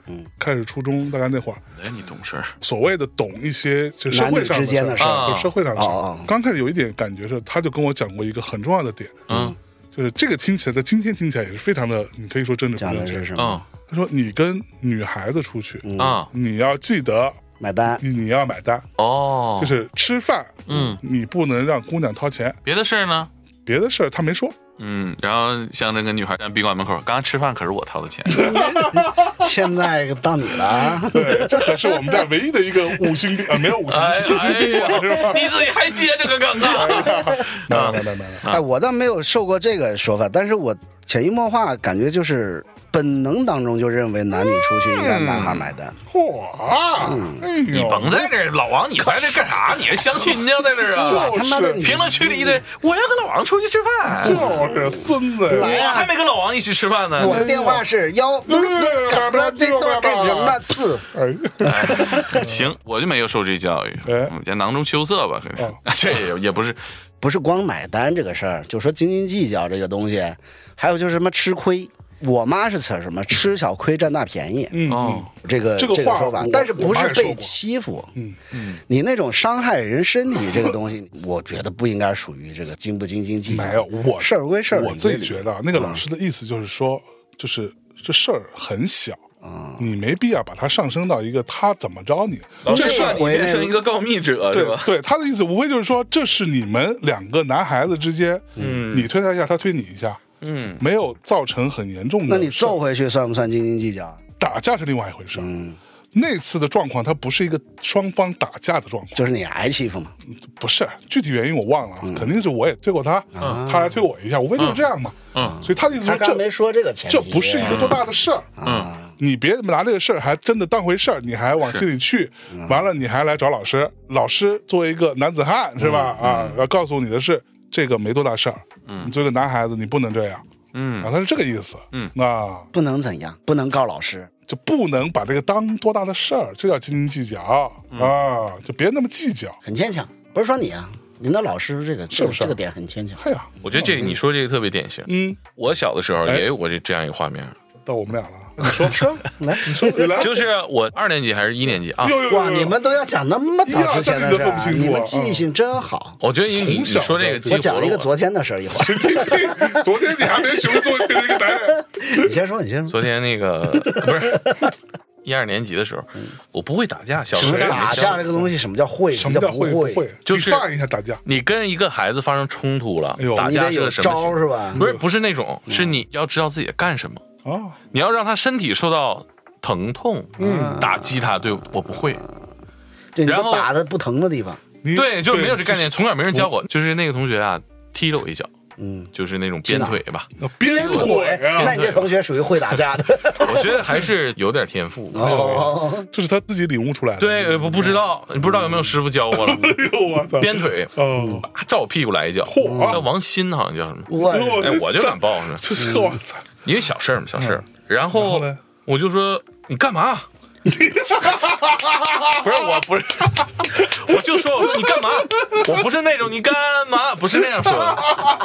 嗯，开始初中大概那会儿， 哎，你懂事儿， 所谓的懂一些就社会上男女之间的事儿对社会上的事哦哦儿。刚开始有一点感觉是，他就跟我讲过一个很重要的点， 嗯就是这个听起来在今天听起来也是非常的，你可以说政治不正确讲的是。什嗯么？ 他说你跟女孩子出去， 啊你要记得买单。 你要买单， 哦， 就是吃饭， 嗯， 你不能让姑娘掏钱， 别的事儿呢？ 别的事儿他没说。 嗯，然后象征跟女孩站宾馆门口，刚刚吃饭可是我掏的钱。 现在到你了啊！ 对，这可是我们这儿唯一的一个五星啊，没有五星哎四星宾馆是吧？ 你自己还接这个梗啊？ 没了没了没了。 哎，我倒没有受过这个说法，但是我潜移默化感觉就是本能当中就认为男女出去应该男孩买单。 嚯，哎你呦， 甭在这儿，老王，你在这干啥？你是相亲呢，在这儿啊？ 就他妈的是评论区里一堆，我要跟老王出去吃饭， 就是孙子来呀！ 我还没跟老王一起吃饭呢。 我的电话是幺嘟嘟嘎巴这多给人了四。 哎， 哎行，我就没有受这教育， 哎我家囊中羞涩吧，可哦是这也也不是， 不是光买单这个事儿，就说斤斤计较这个东西，还有就是什么吃亏。我妈是扯什么吃小亏占大便宜， 嗯哦， 这个这个话我， 说法但是不是被我妈也说过欺负。 嗯嗯， 你那种伤害人身体这个东西，我觉得不应该属于这个斤不斤斤计较。 没有，我事儿归事儿， 我自己理归理觉得那个老师的意思就是说，就是这事儿很小。 啊， 你没必要把它上升到一个他怎么着你， 老师这怕你变成一个告密者是吧？ 对对，他的意思无非就是说，这是你们两个男孩子之间， 嗯你推他一下，他推你一下， 嗯， 没有造成很严重的。 那你揍回去算不算斤斤计较？ 打架是另外一回事。 嗯， 那次的状况，它不是一个双方打架的状况， 就是你挨欺负嘛。 不是具体原因我忘了，肯定是我也推过他，他来推我一下，无非就是这样嘛。 嗯， 所以他的意思说，这他刚没说这个前提， 这不是一个多大的事儿。 嗯， 你别拿这个事儿还真的当回事儿，你还往心里去，完了你还来找老师，老师作为一个男子汉是吧？啊，要告诉你的是这个没多大事儿，你作为一个男孩子你不能这样， 嗯啊，他是这个意思， 嗯， 那不能怎样，不能告老师。 就不能把这个当多大的事儿，这叫斤斤计较啊，就别那么计较， 很牵强。不是说你啊，您的老师这个是不是这个点很牵强。 哎呀， 我觉得这你说这个特别典型。 嗯， 我小的时候哎也有过这这样一个画面， 到我们俩了，你说说来， 你说你来， 就是我二年级还是一年级啊？ 呦呦呦哇，你们都要讲那么早之前的事一二三你都分不清儿， 楚你们记忆性真好。 我觉得你你从小说这个激我活了讲一个昨天的事儿，一会儿神经病！昨天你还没学会做变成一个男人， 你先说，你先说。 昨天那个不是一二年级的时候，我不会打架，小时候什么打架没教这个东西，什么叫会？ 什么叫不会不会？ 就是你放一下打架， 你跟一个孩子发生冲突了哎呦， 打架你得有是什么情招是吧？ 不是不是那种，是你要知道自己干什么， 啊， 你要让他身体受到疼痛，嗯，打击他，对我不会， 对，你然后都打的不疼的地方， 你对，就是没有这概念， 就从小没人教我，就是那个同学啊，踢了我一脚， 嗯， 就是那种鞭腿吧， 是鞭腿啊， 那你这同学属于会打架的。 我觉得还是有点天赋。 哦， 这是他自己领悟出来的。 对，呃不不知道，你不知道有没有师傅教过了？ 哎呦我操！ 鞭腿， 哦， 啊照我屁股来一脚， 嚯叫王鑫好像叫什么？ 我哎呦哎，我就敢报呢， 这是我操！ 因为小事儿嘛，小事儿。然然后后呢我就说你干嘛？不是我不是，我就说我说你干嘛？我不是那种你干嘛？不是那样说的。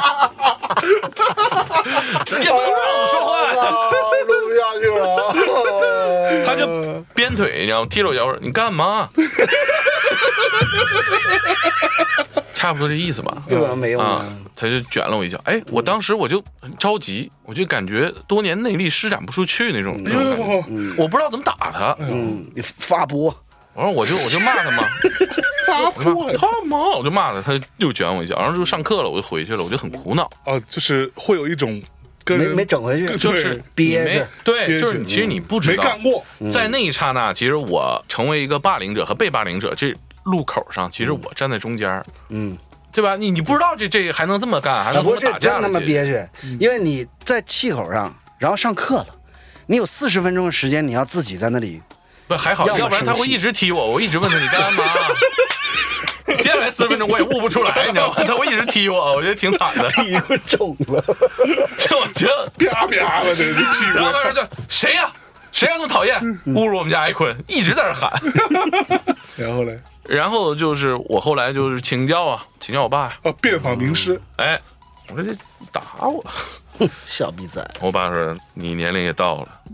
你不能让我说话。 录不下去了。 他就鞭腿，然后踢了我一脚，我说你干嘛？差不多这意思吧。 这怎么没用啊呢？， 他就卷了我一脚。哎，我当时我就很着急，我就感觉多年内力施展不出去那种那种感觉，我不知道怎么打他。 嗯，你发波， 我说我就我就骂他嘛， 发我说破呀！ 他妈，我就骂他，他又卷我一脚，然后就上课了，我就回去了，我就很苦恼。 哦，就是会有一种跟没人没整回去， 就是憋你没着。 对， 憋就是着其实你不知道， 没干过， 在那一刹那，其实我成为一个霸凌者和被霸凌者这路口上，其实我站在中间， 嗯， 对吧？你你不知道这这还能这么干，还啊， 能这不是这真么打架的， 他妈其实憋屈，因为你在气口上，然后上课了，你有四十分钟的时间，你要自己在那里。 不还好， 要么要不然他会生气一直踢我，我一直问他你干嘛。接下来四十分钟我也悟不出来，你知道吗？他会一直踢我，我觉得挺惨的。 屁股肿了， 这我觉得， 啪啪的这这屁然后股。 外面就谁呀、谁呀、这么讨厌，侮辱我们家艾坤，一直在那喊。 然后嘞， 然后就是我后来就是请教啊，请教我爸， 哦，遍访名师， 哎，我说这打我， 小逼崽。 我爸说你年龄也到了，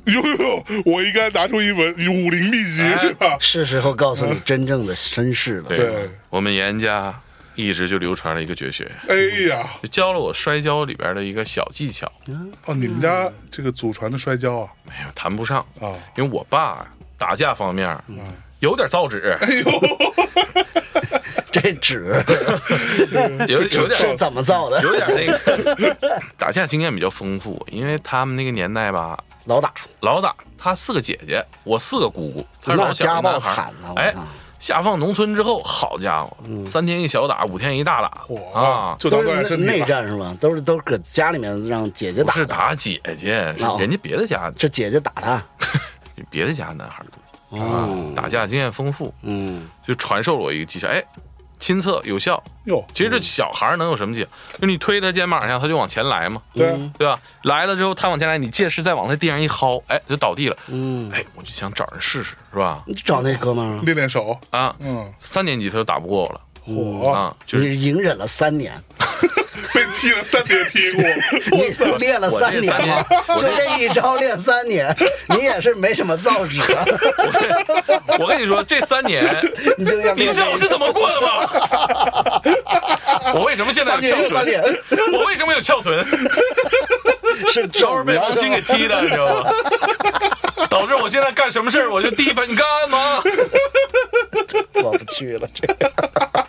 呦呦，我应该拿出一本武林秘籍、哎、是吧？ 是时候告诉你真正的身世了。 对，对我们严家一直就流传了一个绝学。 哎呀， 就教了我摔跤里边的一个小技巧。 哦，你们家这个祖传的摔跤啊？ 没有，谈不上啊， 因为我爸打架方面。嗯有点造纸，哎呦， 这纸有有点是怎么造的？ 有点那个打架经验比较丰富，因为他们那个年代吧， 老打老打。他四个姐姐，我四个姑姑，他是那老小家暴的男孩。 惨了， 哎，下放农村之后，好家伙，嗯、三天一小打，五天一大打，啊， 就都是内战是吧？都是都是搁家里面让姐姐打， 不是打姐姐，是人家别的家的， 这姐姐打他， 别的家男孩多。 哦、 啊，打架经验丰富， 嗯， 就传授了我一个技巧，哎，亲测有效哟。 其实这小孩能有什么技巧？就你推他肩膀上，他就往前来嘛， 对对吧？来了之后，他往前来，你借势再往他地上一薅，哎，就倒地了。 嗯， 哎，我就想找人试试，是吧？ 你找那哥们儿练练手啊，嗯，三年级他就打不过我了。 我啊，就是你隐忍了三年。 被踢了三年屁股， 你练了三年吗？就这一招练三年，你也是没什么造纸啊。 我, 我跟你说，这三年， 你就要你知道我是怎么过的吗？我为什么现在有翘臀？我为什么有翘臀？ 是都是被王鑫给踢的，你知道吗？导致我现在干什么事儿，我就第一反应，你干嘛？ 过不去了，这个。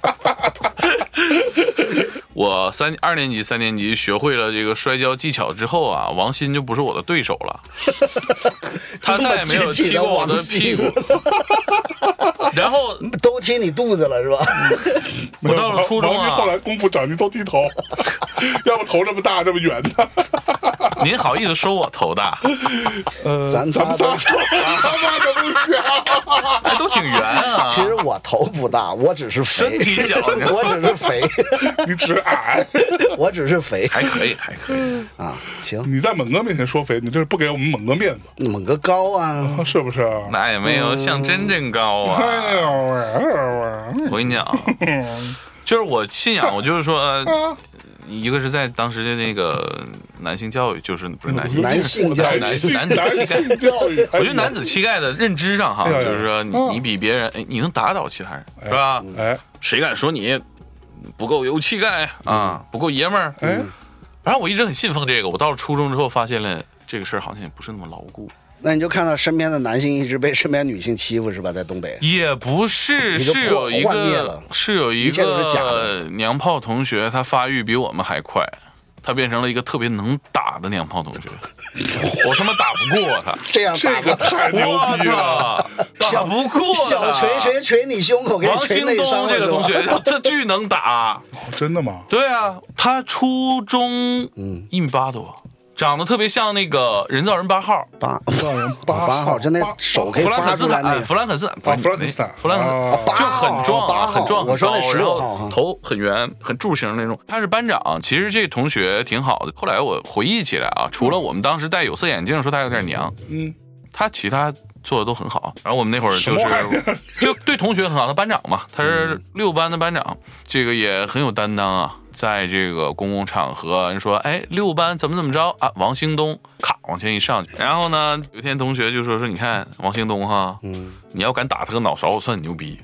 我三二年级、三年级学会了这个摔跤技巧之后啊，王鑫就不是我的对手了，他再也没有踢过我的屁股，然后都踢你肚子了是吧？ 我到了初中啊， 后来功夫长，你都剃头，要不头这么大这么圆的。 您好意思说我头大？ 呃，咱咱们仨他妈的不像， 哎，都挺圆啊。 其实我头不大，我只是肥， 身体小， 我只是肥， 你只是矮， 我只是肥， 还可以，还可以啊。行， 你在猛哥面前说肥，你这是不给我们猛哥面子。 猛哥高啊， 是不是？ 那也没有像真正高啊。 哎呦， 我跟你讲，就是我信仰，我就是说。一个是在当时的那个男性教育，就是不是男性男性教育， 男性男子男性教育， 我觉得男子气概的认知上哈，就是说你你比别人，哎，你能打倒其他人是吧？ 哎， 谁敢说你不够有气概啊，不够爷们儿？哎，然后我一直很信奉这个，我到了初中之后发现了这个事儿好像也不是那么牢固。 那你就看到身边的男性一直被身边女性欺负是吧？在东北也不是，是有一个是有一个娘炮同学，他发育比我们还快，他变成了一个特别能打的娘炮同学，我他妈打不过他， 这样这个太牛逼了， 打不过小锤锤锤你胸口，给你锤内伤。 这个同学这巨能打， 真的吗？ 对啊，他初中嗯一米八多。长得特别像那个人造人八号， 八造人八号，就那手可以发出来那个弗兰肯斯坦， 弗兰肯斯坦， 弗兰肯斯坦就很壮，很壮， 我说那十六号， 头很圆，很柱形那种。他是班长，其实这同学挺好的。后来我回忆起来啊，除了我们当时戴有色眼镜说他有点娘，嗯，他其他做的都很好。然后我们那会儿就是就对同学很好，他班长嘛，他是六班的班长，这个也很有担当啊。在这个公共场合，人说，哎，六班怎么怎么着啊？王兴东，咔往前一上去，然后呢，有一天同学就说说，你看王兴东哈，嗯，你要敢打他个脑勺，我算你牛逼。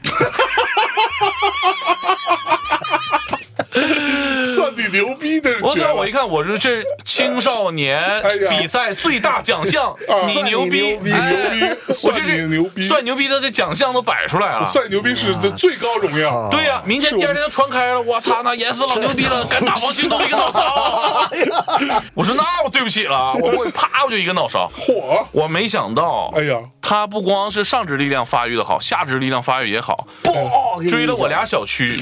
算你牛逼，这是！ 我操！我一看，我说这青少年比赛最大奖项，你牛逼， 你牛逼， 我这是牛逼， 算牛逼的这奖项都摆出来了。 算牛逼是这最高荣耀。 对呀，明天第二天传开了，我操，那严思老牛逼了，敢打王兴东一个脑勺。我说那我对不起了，我过去啪我就一个脑勺。 嚯！ 我没想到， 哎呀， 他不光是上肢力量发育的好，下肢力量发育也好，追了我俩小区。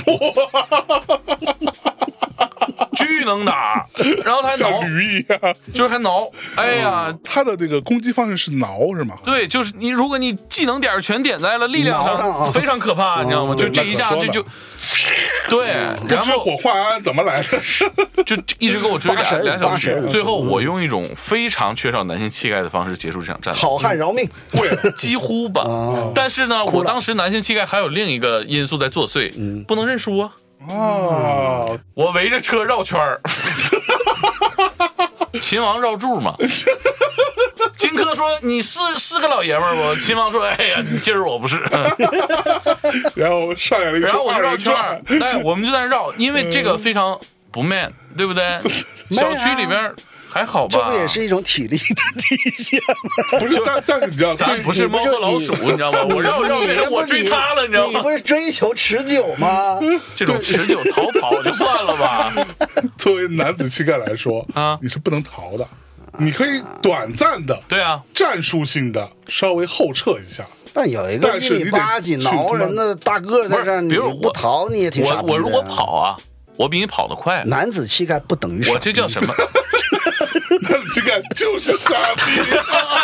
巨能打，然后他像驴一样， 就是还挠。哎呀， 他的这个攻击方式是挠是吗？ 对，就是你，如果你技能点全点在了力量上，非常可怕，你知道吗？就这一下就就，对，然后火化安怎么来的？ 就一直给我追俩俩小时，最后我用一种非常缺少男性气概的方式结束这场战斗。 好汉饶命， 对， 几乎吧。但是呢，我当时男性气概还有另一个因素在作祟，不能认输啊。 哦， 我围着车绕圈儿，秦王绕柱嘛， 荆轲说你是是个老爷们儿不？秦王说哎呀，今儿我不是。 然后上演了一然后我就出二人绕圈儿转，， 哎，我们就在那绕，因为这个非常不 man，对不对？小区里边还好吧？ 这不也是一种体力的体现吗？ 不是，但但是你知道， 咱对不是猫和老鼠，你知道吗？我绕绕变成我追他了，你知道吗？ 你不是追求持久吗？ 这种持久逃跑就算了吧。 作为男子气概来说啊你是不能逃的，你可以短暂的、 对啊， 战术性的稍微后撤一下。 但有一个一米八几挠人的大个在这儿，你不是比如不逃你也挺傻逼的。 我我如果跑啊，我比你跑得快。 男子气概不等于傻逼， 我这叫什么？ 男子气概就是傻逼。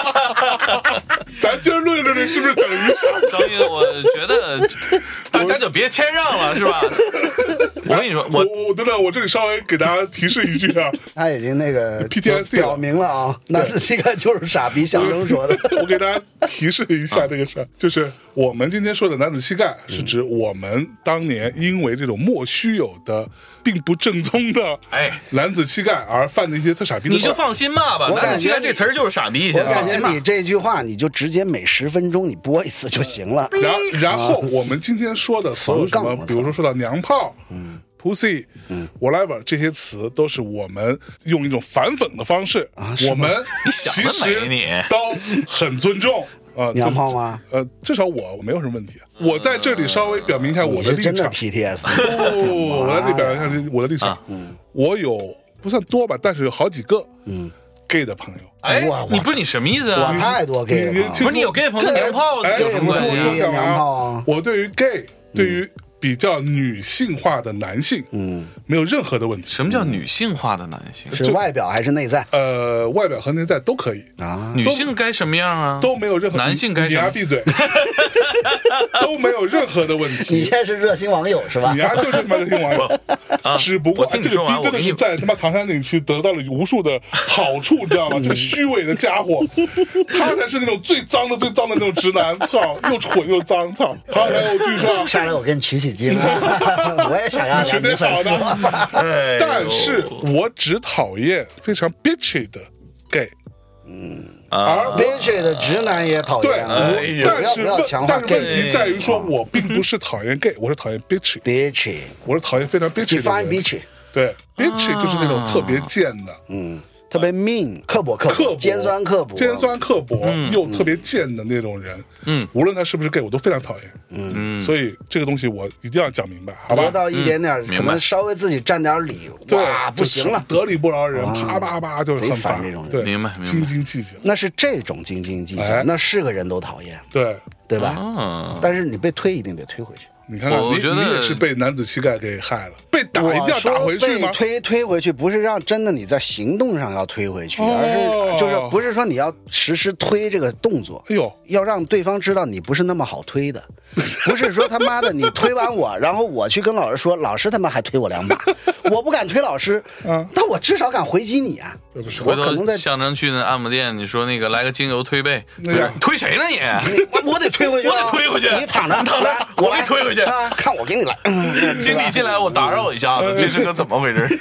咱今儿论论这是不是等于傻逼？ 张宇，我觉得大家就别谦让了，是吧？我跟你说，我我我等等，我这里稍微给大家提示一句啊， 他已经那个 P T S D 了表明了啊，男子气概就是傻逼，象征说的。 我给大家提示一下这个事儿，就是我们今天说的男子气概，是指我们当年因为这种莫须有的、并不正宗的哎男子气概而犯的一些特傻逼的事儿。 你就放心骂吧， 我感觉男子气概这词儿就是傻逼， 我现在感放心骂。 觉你这句话，你就直接每十分钟你播一次就行了。 然然后我们今天说的所有什么冯杠， 比如说说到娘炮，嗯，pussy，嗯，whatever 这些词，都是我们用一种反讽的方式，我们想其实得美你都很尊重。啊， 娘炮吗？ 呃，至少我我没有什么问题。我在这里稍微表明一下我你是真的的立场。 P T S D， 不，我在这里表明一下我的立场。嗯，我有不算多吧，但是有好几个嗯 gay 的朋友。 哎哇， 你不是你什么意思我啊？ 太多 gay 了。 不是你有 gay 朋友娘炮哎， 有什么关系啊？ 我讲完娘炮啊我对于 gay，对于比较女性化的男性，嗯，没有任何的问题。 什么叫女性化的男性？ 是外表还是内在呃，外表和内在都可以， 啊？ 女性该什么样啊？ 都没有任何。 男性该你什么？ 丫闭嘴，都没有任何的问你题。 现在是热心网友是吧你？丫就是他妈的听网友， 啊只不过我听你这个说完， 逼真的是我给你在他妈唐山那期得到了无数的好处，你知道吗？这个虚伪的家伙，他才是那种最脏的、最脏的那种直男，操，又蠢又脏，操！好，来，我继续说啊。 下来我给你取取经啊，我也想让学点两女粉丝。 好的， 我操哎呦但是我只讨厌非常 bitchy 的 gay， 啊而 bitch 的直男也讨对， 厌， 哎呦我但是不要不要强化问但是问 gay 题在于说，我并不是讨厌 gay，我是讨厌 bitchy， bitch， 我是讨厌非常 bitchy 的 define 人。 bitch， 对 bitchy 就是那种特别贱的， 嗯，特别 mean，刻薄刻刻薄薄，尖酸刻薄， 尖酸刻薄又特别贱的那种人。 嗯， 无论他是不是 gay，我都非常讨厌。 嗯， 所以这个东西我一定要讲明白，好吧得？到一点点， 嗯明白可能稍微自己占点理， 对哇，不行了。 得理不饶人， 啊啪啪啪就是很贼烦这种人对， 明白明白斤斤计较， 那是这种斤斤计哎较，那是个人都讨厌， 对。 对吧？ 啊， 但是你被推一定得推回去。 你看看，你我觉得你也是被男子气概给害了，被打一定我要打说回去吗被？推推回去，不是让真的你在行动上要推回去， 哦而是就是不是说你要实施推这个动作， 哎呦， 要让对方知道你不是那么好推的，不是说他妈的你推完我，然后我去跟老师说，老师他妈还推我两把，我不敢推老师， 嗯但我至少敢回击你啊！ 这不是回头我可能在象征去那按摩店，你说那个来个精油推背， 那样推谁呢你？ 我我得推回去啊， 我得推回去你躺着， 你躺着来我给来你推回去啊，看我给你来，嗯经理进来，我打扰一下子，这是个怎么回事？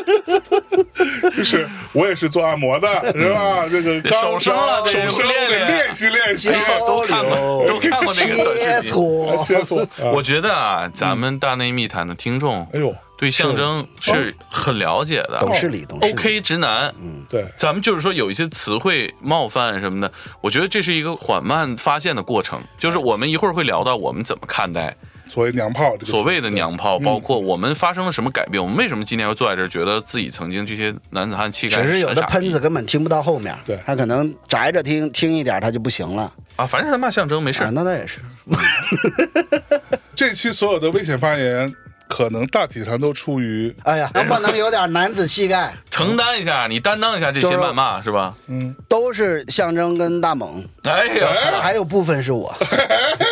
就是我也是做按摩的，是吧？这个刚手生了得手生练练得练习练习， 都看过都看过那个短切视频。 磋， 接触。 我觉得啊，咱们大内密谈的听众哎呦， 对象征是很了解的， 懂事理，懂事理。 OK 直男， 对， 咱们就是说有一些词汇冒犯什么的，我觉得这是一个缓慢发现的过程。就是我们一会儿会聊到我们怎么看待所谓娘炮这个词所谓的娘炮，包括我们发生了什么改变，我们为什么今天要坐在这儿，觉得自己曾经这些男子汉气概只是有的很傻逼喷子根本听不到后面， 对他可能宅着听听一点他就不行了啊，反正他骂象征没事啊，。那倒也是。 这期所有的危险发言，可能大体上都出于哎呀，能不能有点男子气概？ 承担一下，你担当一下这些谩骂是吧？ 嗯， 都是象征跟大猛， 哎呀， 还有部分是我。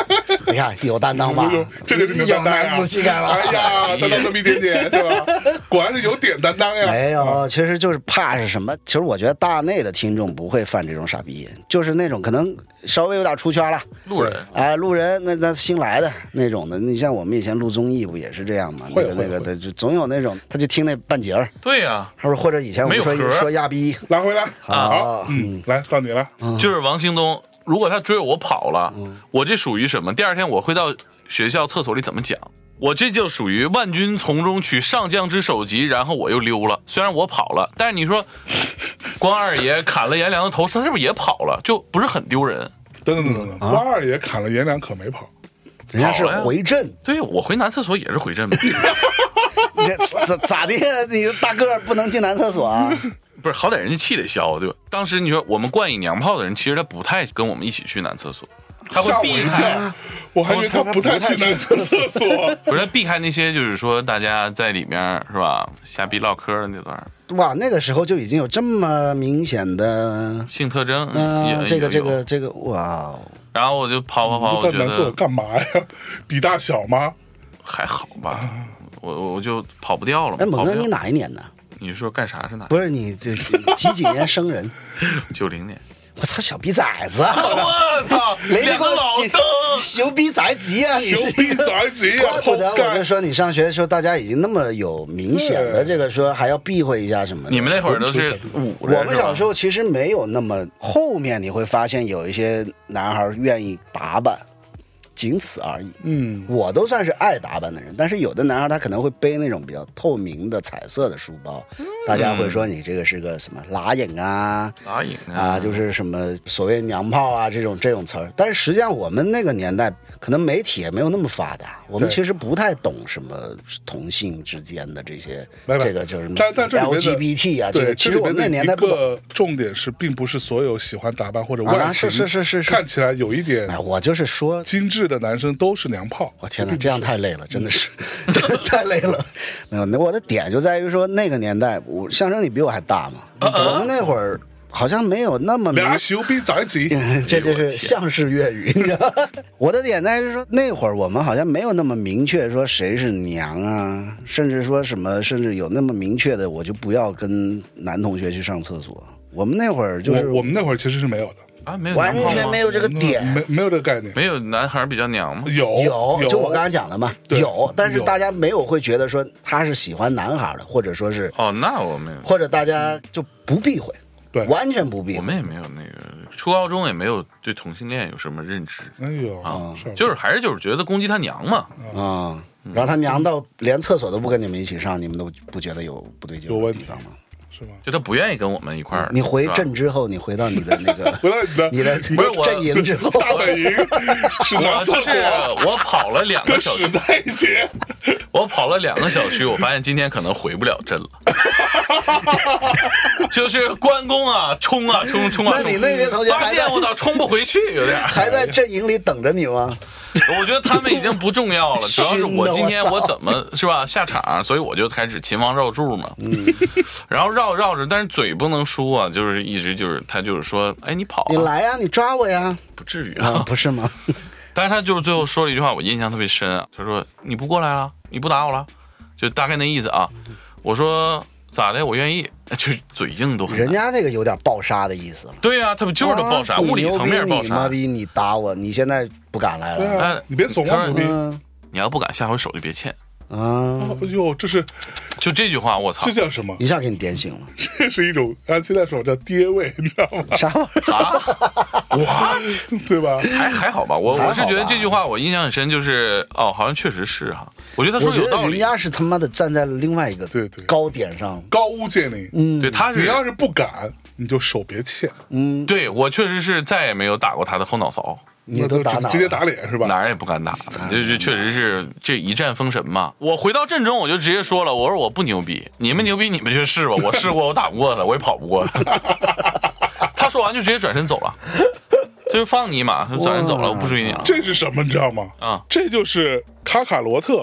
你看有担当吧？ 这个是有男子气概了。 哎呀，担当那么一点点，对吧？果然是有点担当呀。 没有，其实就是怕是什么？其实我觉得大内的听众不会犯这种傻逼，就是那种可能稍微有点出圈了， 路人， 哎，路人那那新来的那种的。你像我们以前录综艺不也是这样吗？那个那个的，就总有那种他就听那半截儿。 对呀、啊， 或者或者以前我们说说亚逼， 拉回来， 好， 嗯，来到你了， 就是王兴东。如果他追我跑了，嗯、我这属于什么？第二天我会到学校厕所里怎么讲？我这就属于万军从中取上将之首级，然后我又溜了。虽然我跑了，但是你说关二爷砍了颜良的头，他是不是也跑了？就不是很丢人？ 等等等等，关二爷砍了颜良可没跑， 人家是回阵。 对，我回男厕所也是回阵嘛。 这咋咋的？你大个不能进男厕所啊？ 不是，好歹人家气得消，对吧？当时你说我们惯以娘炮的人，其实他不太跟我们一起去男厕所，他会避开。 我还以为他不太去男厕所， 不是避开那些就是说大家在里面是吧瞎逼唠嗑的那段。 哇，那个时候就已经有这么明显的性特征， 嗯、呃，这个这个这个，哇！ 然后我就跑跑跑，我觉得干嘛呀？比大小吗？ 还好吧，我我就跑不掉了。 哎，猛哥，你哪一年的？ 你说干啥是哪？ 不是你这几几年生人？ 九零年。 我操，小逼崽子！ 我操， 两个老灯， 小逼崽子啊！你小逼崽子啊！ 怪不得我就说你上学的时候，大家已经那么有明显的这个说还要避讳一下什么的。 你们那会儿都是五， 我们小时候其实没有那么，后面你会发现有一些男孩愿意打扮。仅此而已。 嗯， 我都算是爱打扮的人，但是有的男孩他可能会背那种比较透明的彩色的书包，嗯、大家会说你这个是个什么拉影啊， 拉影啊， 啊，就是什么所谓娘炮啊这种这种词儿。但是实际上我们那个年代可能媒体也没有那么发达，我们其实不太懂什么同性之间的这些，这个就是 L G B T 啊，这个其实我们那年代不懂。 重点是，并不是所有喜欢打扮或者外形、 啊、是是是是是看起来有一点， 哎，我就是说精致的男生都是娘炮。 我天哪，这样太累了，真的是，真的太累了。没有，那我的点就在于说，那个年代，我相声你比我还大嘛，啊、我们那会儿。好像没有那么俩小逼崽子， 这就是相式粤语。你知道我的点在于说，那会儿我们好像没有那么明确说谁是娘啊，甚至说什么，甚至有那么明确的，我就不要跟男同学去上厕所。我们那会儿就是， 我, 我们那会儿其实是没有的啊，没有， 完全没有这个点， 没没有这个概念。 没有男孩比较娘吗？ 有有，就我刚才讲的嘛，有，但是有大家没有会觉得说他是喜欢男孩的，或者说是哦，那我没有， 或者大家就不避讳。 对， 完全不避讳。 我们也没有那个，初高中也没有对同性恋有什么认知。 哎呦啊，就是还是就是觉得攻击他娘嘛啊，然后他娘到连厕所都不跟你们一起上，你们都不觉得有不对劲有问题吗？ 是吗？ 就他不愿意跟我们一块儿。 你回镇之后，你回到你的那个， 回到你的你的阵营之后， 大本营是我就是我跑了两个小区， 代节， 我跑了两个小区，我发现今天可能回不了镇了。就是关公啊，冲啊冲冲啊冲！ 那你那些同学发现我操，冲不回去，有点还在阵营里等着你吗？ 我觉得他们已经不重要了，主要是我今天我怎么是吧下场，所以我就开始秦王绕柱嘛，嗯，然后绕绕着，但是嘴不能输啊，就是一直就是他就是说，哎，你跑、啊， 你来呀、啊，你抓我呀， 不至于啊， 啊不是吗？ 但是他就是最后说了一句话，我印象特别深啊，他说你不过来了，你不打我了，就大概那意思啊。我说咋的，我愿意，就嘴硬都很难。 人家那个有点暴杀的意思了。 对呀、啊，他不就是暴杀，啊、物理层面暴杀。 你妈逼，你打我，你现在不敢来了。 哎、啊，你别怂啊，牛逼！ 你要不敢，下回手就别欠。 啊！ 哎呦，这是就这句话，我操！ 这叫什么？ 一下给你点醒了。 这是一种按现在说叫爹味，你知道吗？ 啥玩意儿啊 ？What？ 对吧？ 还还好吧，我我是觉得这句话我印象很深，就是哦，好像确实是哈。我觉得他说有道理。 人家是他妈的站在了另外一个对对高点上， 高屋建瓴。 嗯， 对，他是你要是不敢，你就手别欠。 嗯， 对我确实是再也没有打过他的后脑勺。 你都打直接打脸是吧？ 哪儿也不敢打，就是确实是这一战封神嘛。我回到阵中，我就直接说了，我说我不牛逼，你们牛逼你们去试吧，我试过，我打不过他，我也跑不过他。他说完就直接转身走了，就是放你一马，就转身走了，我不追你了。 这是什么你知道吗？ 啊， 这就是卡卡罗特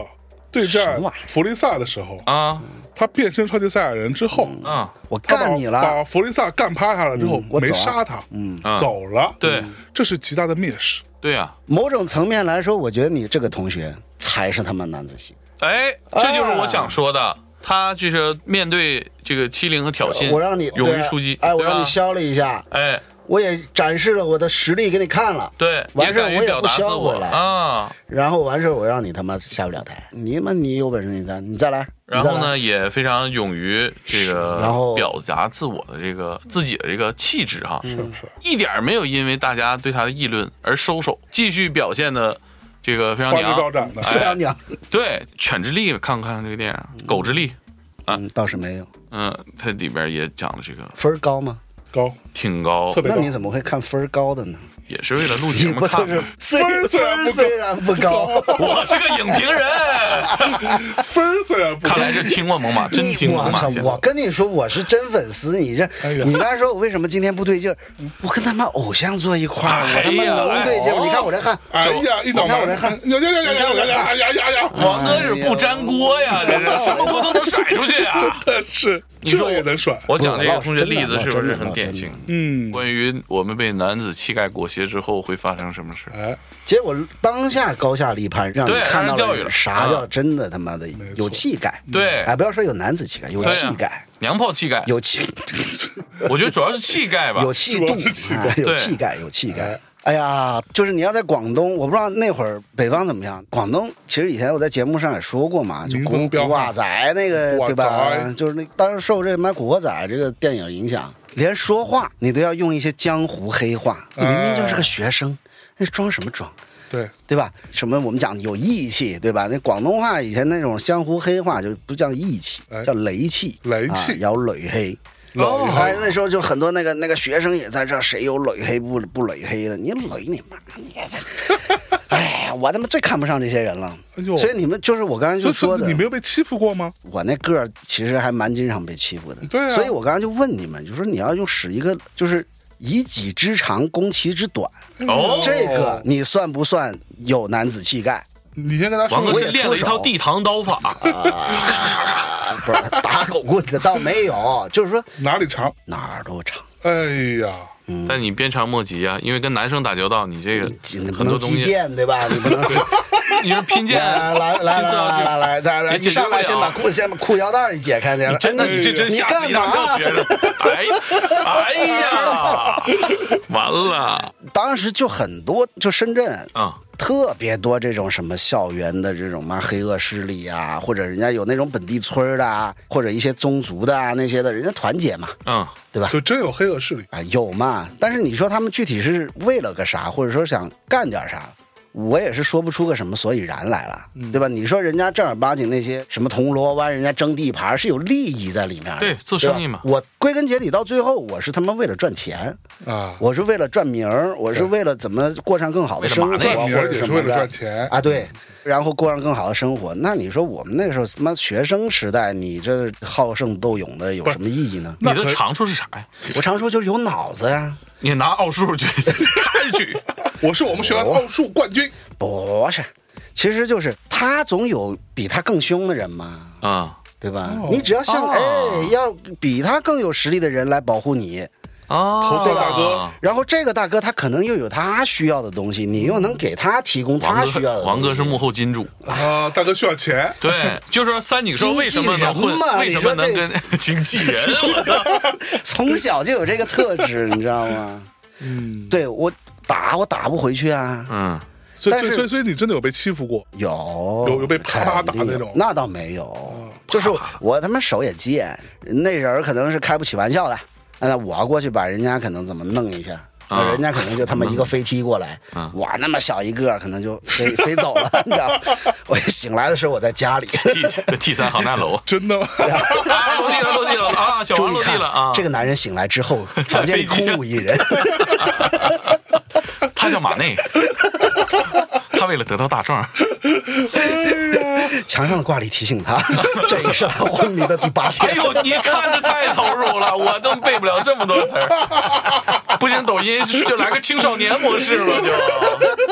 对战弗利萨的时候啊， 他变身超级赛亚人之后啊， 我干你了， 把弗利萨干趴下了之后没杀他， 嗯， 走了， 对， 这是极大的蔑视。 对呀， 某种层面来说，我觉得你这个同学才是他妈男子气概。 哎，这就是我想说的。他就是面对这个欺凌和挑衅， 我让你勇于出击， 哎，我让你削了一下， 哎， 我也展示了我的实力给你看了， 对， 完事我也不削回来啊， 然后完事我让你他妈下不了台，你妈你有本事你再你再来， 然后呢也非常勇于这个，然后表达自我的这个自己的这个气质哈， 是是， 一点没有因为大家对他的议论而收手，继续表现的。这个非常娘， 花枝招展的， 非常娘。 对，犬之力，看看这个电影，狗之力， 啊，嗯，倒是没有。 嗯，它里边也讲了这个分高吗？ 高， 挺高， 特别高。 那你怎么会看分高的呢？ 也是为了录节目看。 虽分虽然不高， 我是个影评人。 分虽然不高， 看来是听过猛犸，真听过猛犸。 我跟你说，我是真粉丝。你这，你刚才说我为什么今天不对劲儿？我跟他妈偶像坐一块儿，我他妈能对劲儿？你看我这汗， 哎呀，一脑门， 我这汗， 呀呀呀呀呀呀呀呀呀！ 王哥是不粘锅呀，这是什么锅都能甩出去啊！ 真的是， 你说也能甩。 我讲这个同学例子是不是很典型？ 嗯， 关于我们被男子气概裹挟之后会发生什么事？ 哎， 结果当下高下立判，让你看到了啥叫真的他妈的有气概。 对， 哎，不要说有男子气概，有气概， 娘炮气概， 有气。 我觉得主要是气概吧， 有气度，有气概，有气概。哎呀，就是你要在广东，我不知道那会儿北方怎么样。广东其实以前我在节目上也说过嘛，就古古惑仔那个对吧？就是那当时受这个《古惑仔》这个电影影响，连说话你都要用一些江湖黑话。你明明就是个学生，那装什么装？ 对对吧？什么我们讲有义气，对吧？那广东话以前那种江湖黑话就不叫义气，叫雷气， 雷气要雷黑。 哦， 哎，那时候就很多那个那个学生也在这，谁有垒黑不不垒黑的？你垒你妈！哎，我他妈最看不上这些人了。哎呦，所以你们就是我刚才就说的， 你没有被欺负过吗？ 我那个儿其实还蛮经常被欺负的。 对啊， 所以我刚才就问你们，就说你要用使一个就是以己之长攻其之短。 哦， 这个你算不算有男子气概？ 你先跟他说， 王哥是练了一套地堂刀法。 不是打狗棍的倒没有，就是说哪里长哪儿都长。 哎呀， 嗯，但你鞭长莫及啊，因为跟男生打交道，你这个很多东西， 击剑对吧？你不能， 你是拼剑， 来来来来来来来，一上来先把裤先把裤腰带一解开， 你真的你这真吓死一大票学生，哎哎呀，完了！ 当时就很多，就深圳啊。 特别多这种什么校园的这种嘛黑恶势力啊，或者人家有那种本地村的啊，或者一些宗族的啊那些的，人家团结嘛， 嗯， 对吧？ 就真有黑恶势力啊，有嘛？但是你说他们具体是为了个啥，或者说想干点啥？我也是说不出个什么所以然来了，嗯、对吧？你说人家正儿八经那些什么铜锣湾，人家争地盘是有利益在里面的， 对，做生意嘛。 我归根结底到最后，我是他妈为了赚钱啊，我是为了赚名儿，我是为了怎么过上更好的生活， 或者什么的赚钱啊，对，然后过上更好的生活。那你说我们那个时候他妈学生时代，你这好胜斗勇的有什么意义呢？ 你的长处是啥呀？ 我长处就是有脑子呀。 你拿奥数去开举， 我是我们学校的奥数冠军。 不是，其实就是他总有比他更凶的人嘛， 啊， 对吧？哦、你只要像、哦、哎，要比他更有实力的人来保护你。 哦， 头发大哥， 然后这个大哥他可能又有他需要的东西，你又能给他提供他需要的东西。 王哥是幕后金主啊，大哥需要钱。 对，就是说三井寿为什么能混，为什么能跟经纪人？我操， 从小就有这个特质，你知道吗？嗯，对我打我打不回去啊。 嗯， 所以所以所以你真的有被欺负过？ 有有有被啪啪打那种？ 那倒没有，就是我他妈手也贱，那人可能是开不起玩笑的。那我要过去把人家可能怎么弄一下，那、啊、人家可能就他妈一个飞踢过来，啊、哇，那么小一个可能就飞飞走了，你知道？我醒来的时候我在家里。 这 T 三航站楼， 真的吗？ 啊，落地了，落地了啊！小王落地了啊！ 这个男人醒来之后，房间里空无一人。 他叫马内。他为了得到大壮， 墙上的挂历提醒他，这也是他昏迷的第八天。 哎呦，你看着太投入了，我都背不了这么多词儿。不行，抖音就来个青少年模式吧，就。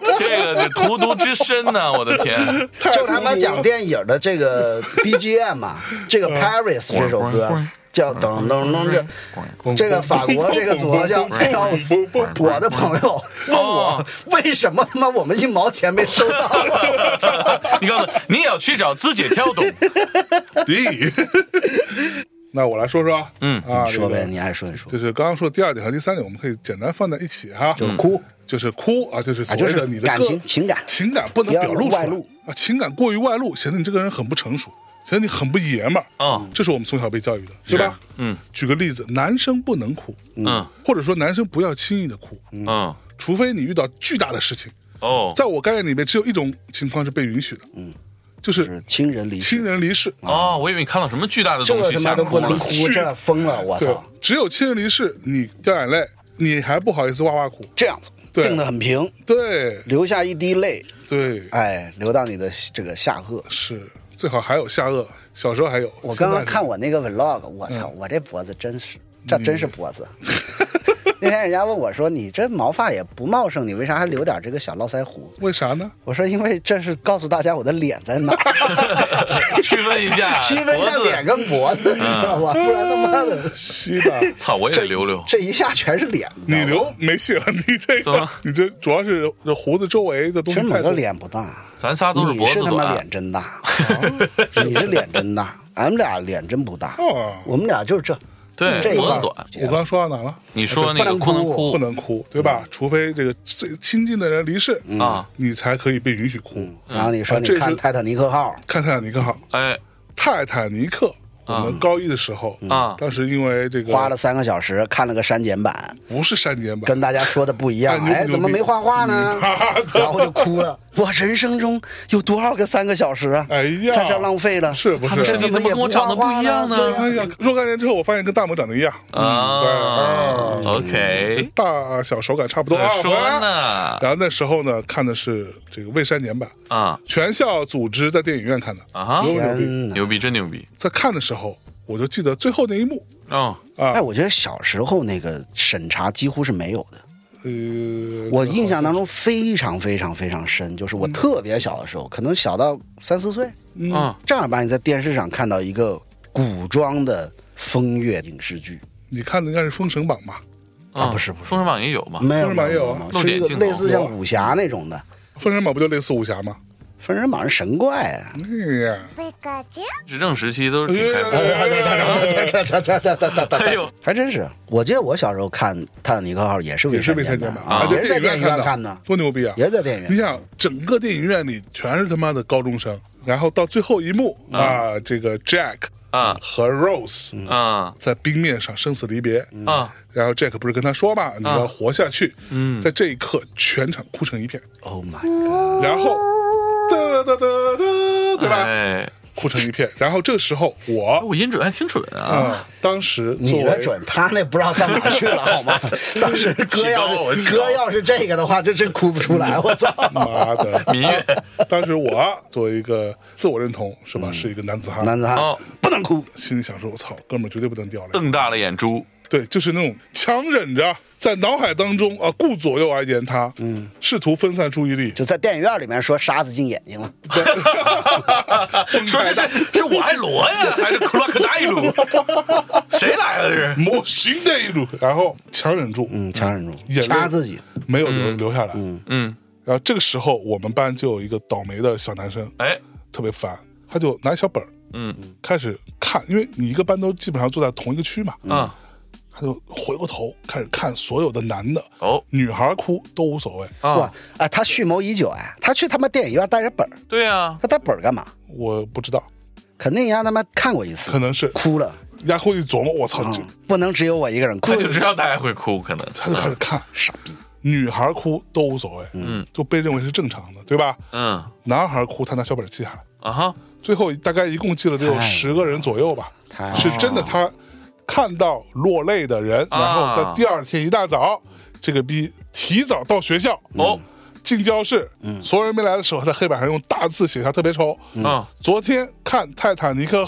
这个这荼毒之深呢，我的天！ 就他妈讲电影的这个 B G M 嘛，这个 Paris 这首歌。叫噔噔噔这，这个法国这个组合叫 Eros。我的朋友问我为什么他妈我们一毛钱没收到？ 你告诉他，你也要去找字节跳动。 对。那我来说说， 嗯啊， 说呗，你爱说一说。 就是刚刚说第二点和第三点，我们可以简单放在一起哈， 就是哭， 就是哭啊，就是所谓的你的感情情感， 情感不能表露出来啊，情感过于外露，显得你这个人很不成熟。显得你很不爷们儿啊，这是我们从小被教育的，对吧？ 嗯， 举个例子，男生不能哭， 嗯， 或者说男生不要轻易的哭， 嗯， 除非你遇到巨大的事情。 哦， 在我概念里面，只有一种情况是被允许的，嗯，就是亲人离世。 亲人离世哦，我以为你看到什么巨大的东西， 这他妈都不能哭，这疯了，我操！ 只有亲人离世，你掉眼泪，你还不好意思哇哇哭， 这样子，定得很平， 对， 留下一滴泪， 对， 哎，流到你的这个下颚， 是。最好还有下颚，小时候还有。 我刚刚看我那个 vlog， 我操，我这脖子真是，这真是脖子。那天人家问我说：“你这毛发也不茂盛，你为啥还留点这个小络腮胡？” 为啥呢？ 我说：“因为这是告诉大家我的脸在哪儿， 区分一下， 区分一下脸跟脖子，你知道吧？不然他妈的， 是的， 操，我也得留留。 这一下全是脸， 你留没戏了，你这个，你这主要是这胡子周围的东西太多。 其实我的脸不大， 咱仨都是脖子短。 你是他妈脸真大，你是脸真大，俺们俩脸真不大，我们俩就是这。” 对， 这一块短。 我刚刚说到哪了？ 你说那个不能哭， 不能哭，对吧？除非这个最亲近的人离世啊， 你才可以被允许哭。 然后你说你看泰坦尼克号， 看泰坦尼克号， 哎， 泰坦尼克。我们高一的时候啊， 当时因为这个花了三个小时看了个删减版， 不是删减版， 跟大家说的不一样。哎，怎么没画画呢？然后就哭了。我人生中有多少个三个小时啊？ 哎呀， 在这浪费了。 是不是？ 你怎么跟我长得不一样呢？ 哎呀，若干年之后，我发现跟大萌长得一样。 啊 ，OK， 大小手感差不多。 说呢。 然后那时候呢，看的是这个未删减版啊， 全校组织在电影院看的啊， 牛逼， 牛逼，真牛逼！ 在看的时候。我就记得最后那一幕哦啊！ 哎，我觉得小时候那个审查几乎是没有的。 呃， 我印象当中非常非常非常深，就是我特别小的时候，嗯、可能小到三四岁， 嗯， 正儿八经在电视上看到一个古装的风月影视剧。 你看的应该是《封神榜》吧？ 啊，不是不是，《 封神榜》也有吗？ 没有， 封神榜也有啊， 是一个类似像武侠那种的。《 封神榜》不就类似武侠吗？ 封神榜是神怪啊！ 哎呀， 执政时期都是挺开放的。哎呦，还真是！我记得我小时候看《泰坦尼克号》也是也是未删减版啊， 也是在电影院看的， 多牛逼啊！ 也是在电影院。 你想，整个电影院里全是他妈的高中生，然后到最后一幕啊，这个 Jack 啊和 Rose 啊在冰面上生死离别啊， 然后 Jack 不是跟他说嘛，你要活下去。 嗯， 在这一刻，全场哭成一片。 Oh my god！ 然后。哒哒哒哒，对吧？ 哎， 哭成一片。然后这个时候我， 我音准还挺准啊。 嗯，当时你的准，他那不知道干嘛去了，好吗？当时歌要是歌要是这个的话，这真哭不出来。我操！ 妈的， 民乐。 当时我作为一个自我认同是吧，是一个男子汉， 男子汉不能哭， 心里想说，我操，哥们儿绝对不能掉泪， 瞪大了眼珠。 对，就是那种强忍着在脑海当中啊，顾左右而言他，嗯，试图分散注意力， 就在电影院里面说沙子进眼睛了， 说是是是我爱罗呀，还是克拉克戴鲁？谁来了？这是模型的一路，然后强忍住， 嗯，强忍住， 掐自己， 没有留留下来， 嗯嗯。 然后这个时候，我们班就有一个倒霉的小男生， 哎， 特别烦，他就拿小本儿， 嗯， 开始看，因为你一个班都基本上坐在同一个区嘛， 啊。 他就回过头开始看所有的男的哦， 女孩哭都无所谓。 哇，哎，他蓄谋已久哎，他去他妈电影院带着本儿。 对啊， 他带本儿干嘛？ 我不知道， 肯定人家他妈看过一次， 可能是哭了。 人家会琢磨，我操，这不能只有我一个人哭。 他就知道大家会哭，可能他就开始看， 傻逼， 女孩哭都无所谓， 嗯， 就被认为是正常的，对吧？ 嗯， 男孩哭，他拿小本记下来啊哈， 最后大概一共记了得有十个人左右吧，是真的他。看到落泪的人， 啊、 然后在第二天一大早，这个逼提早到学校哦， 进教室，嗯，所有人没来的时候，在黑板上用大字写下特别丑， 嗯， 昨天看泰坦尼克号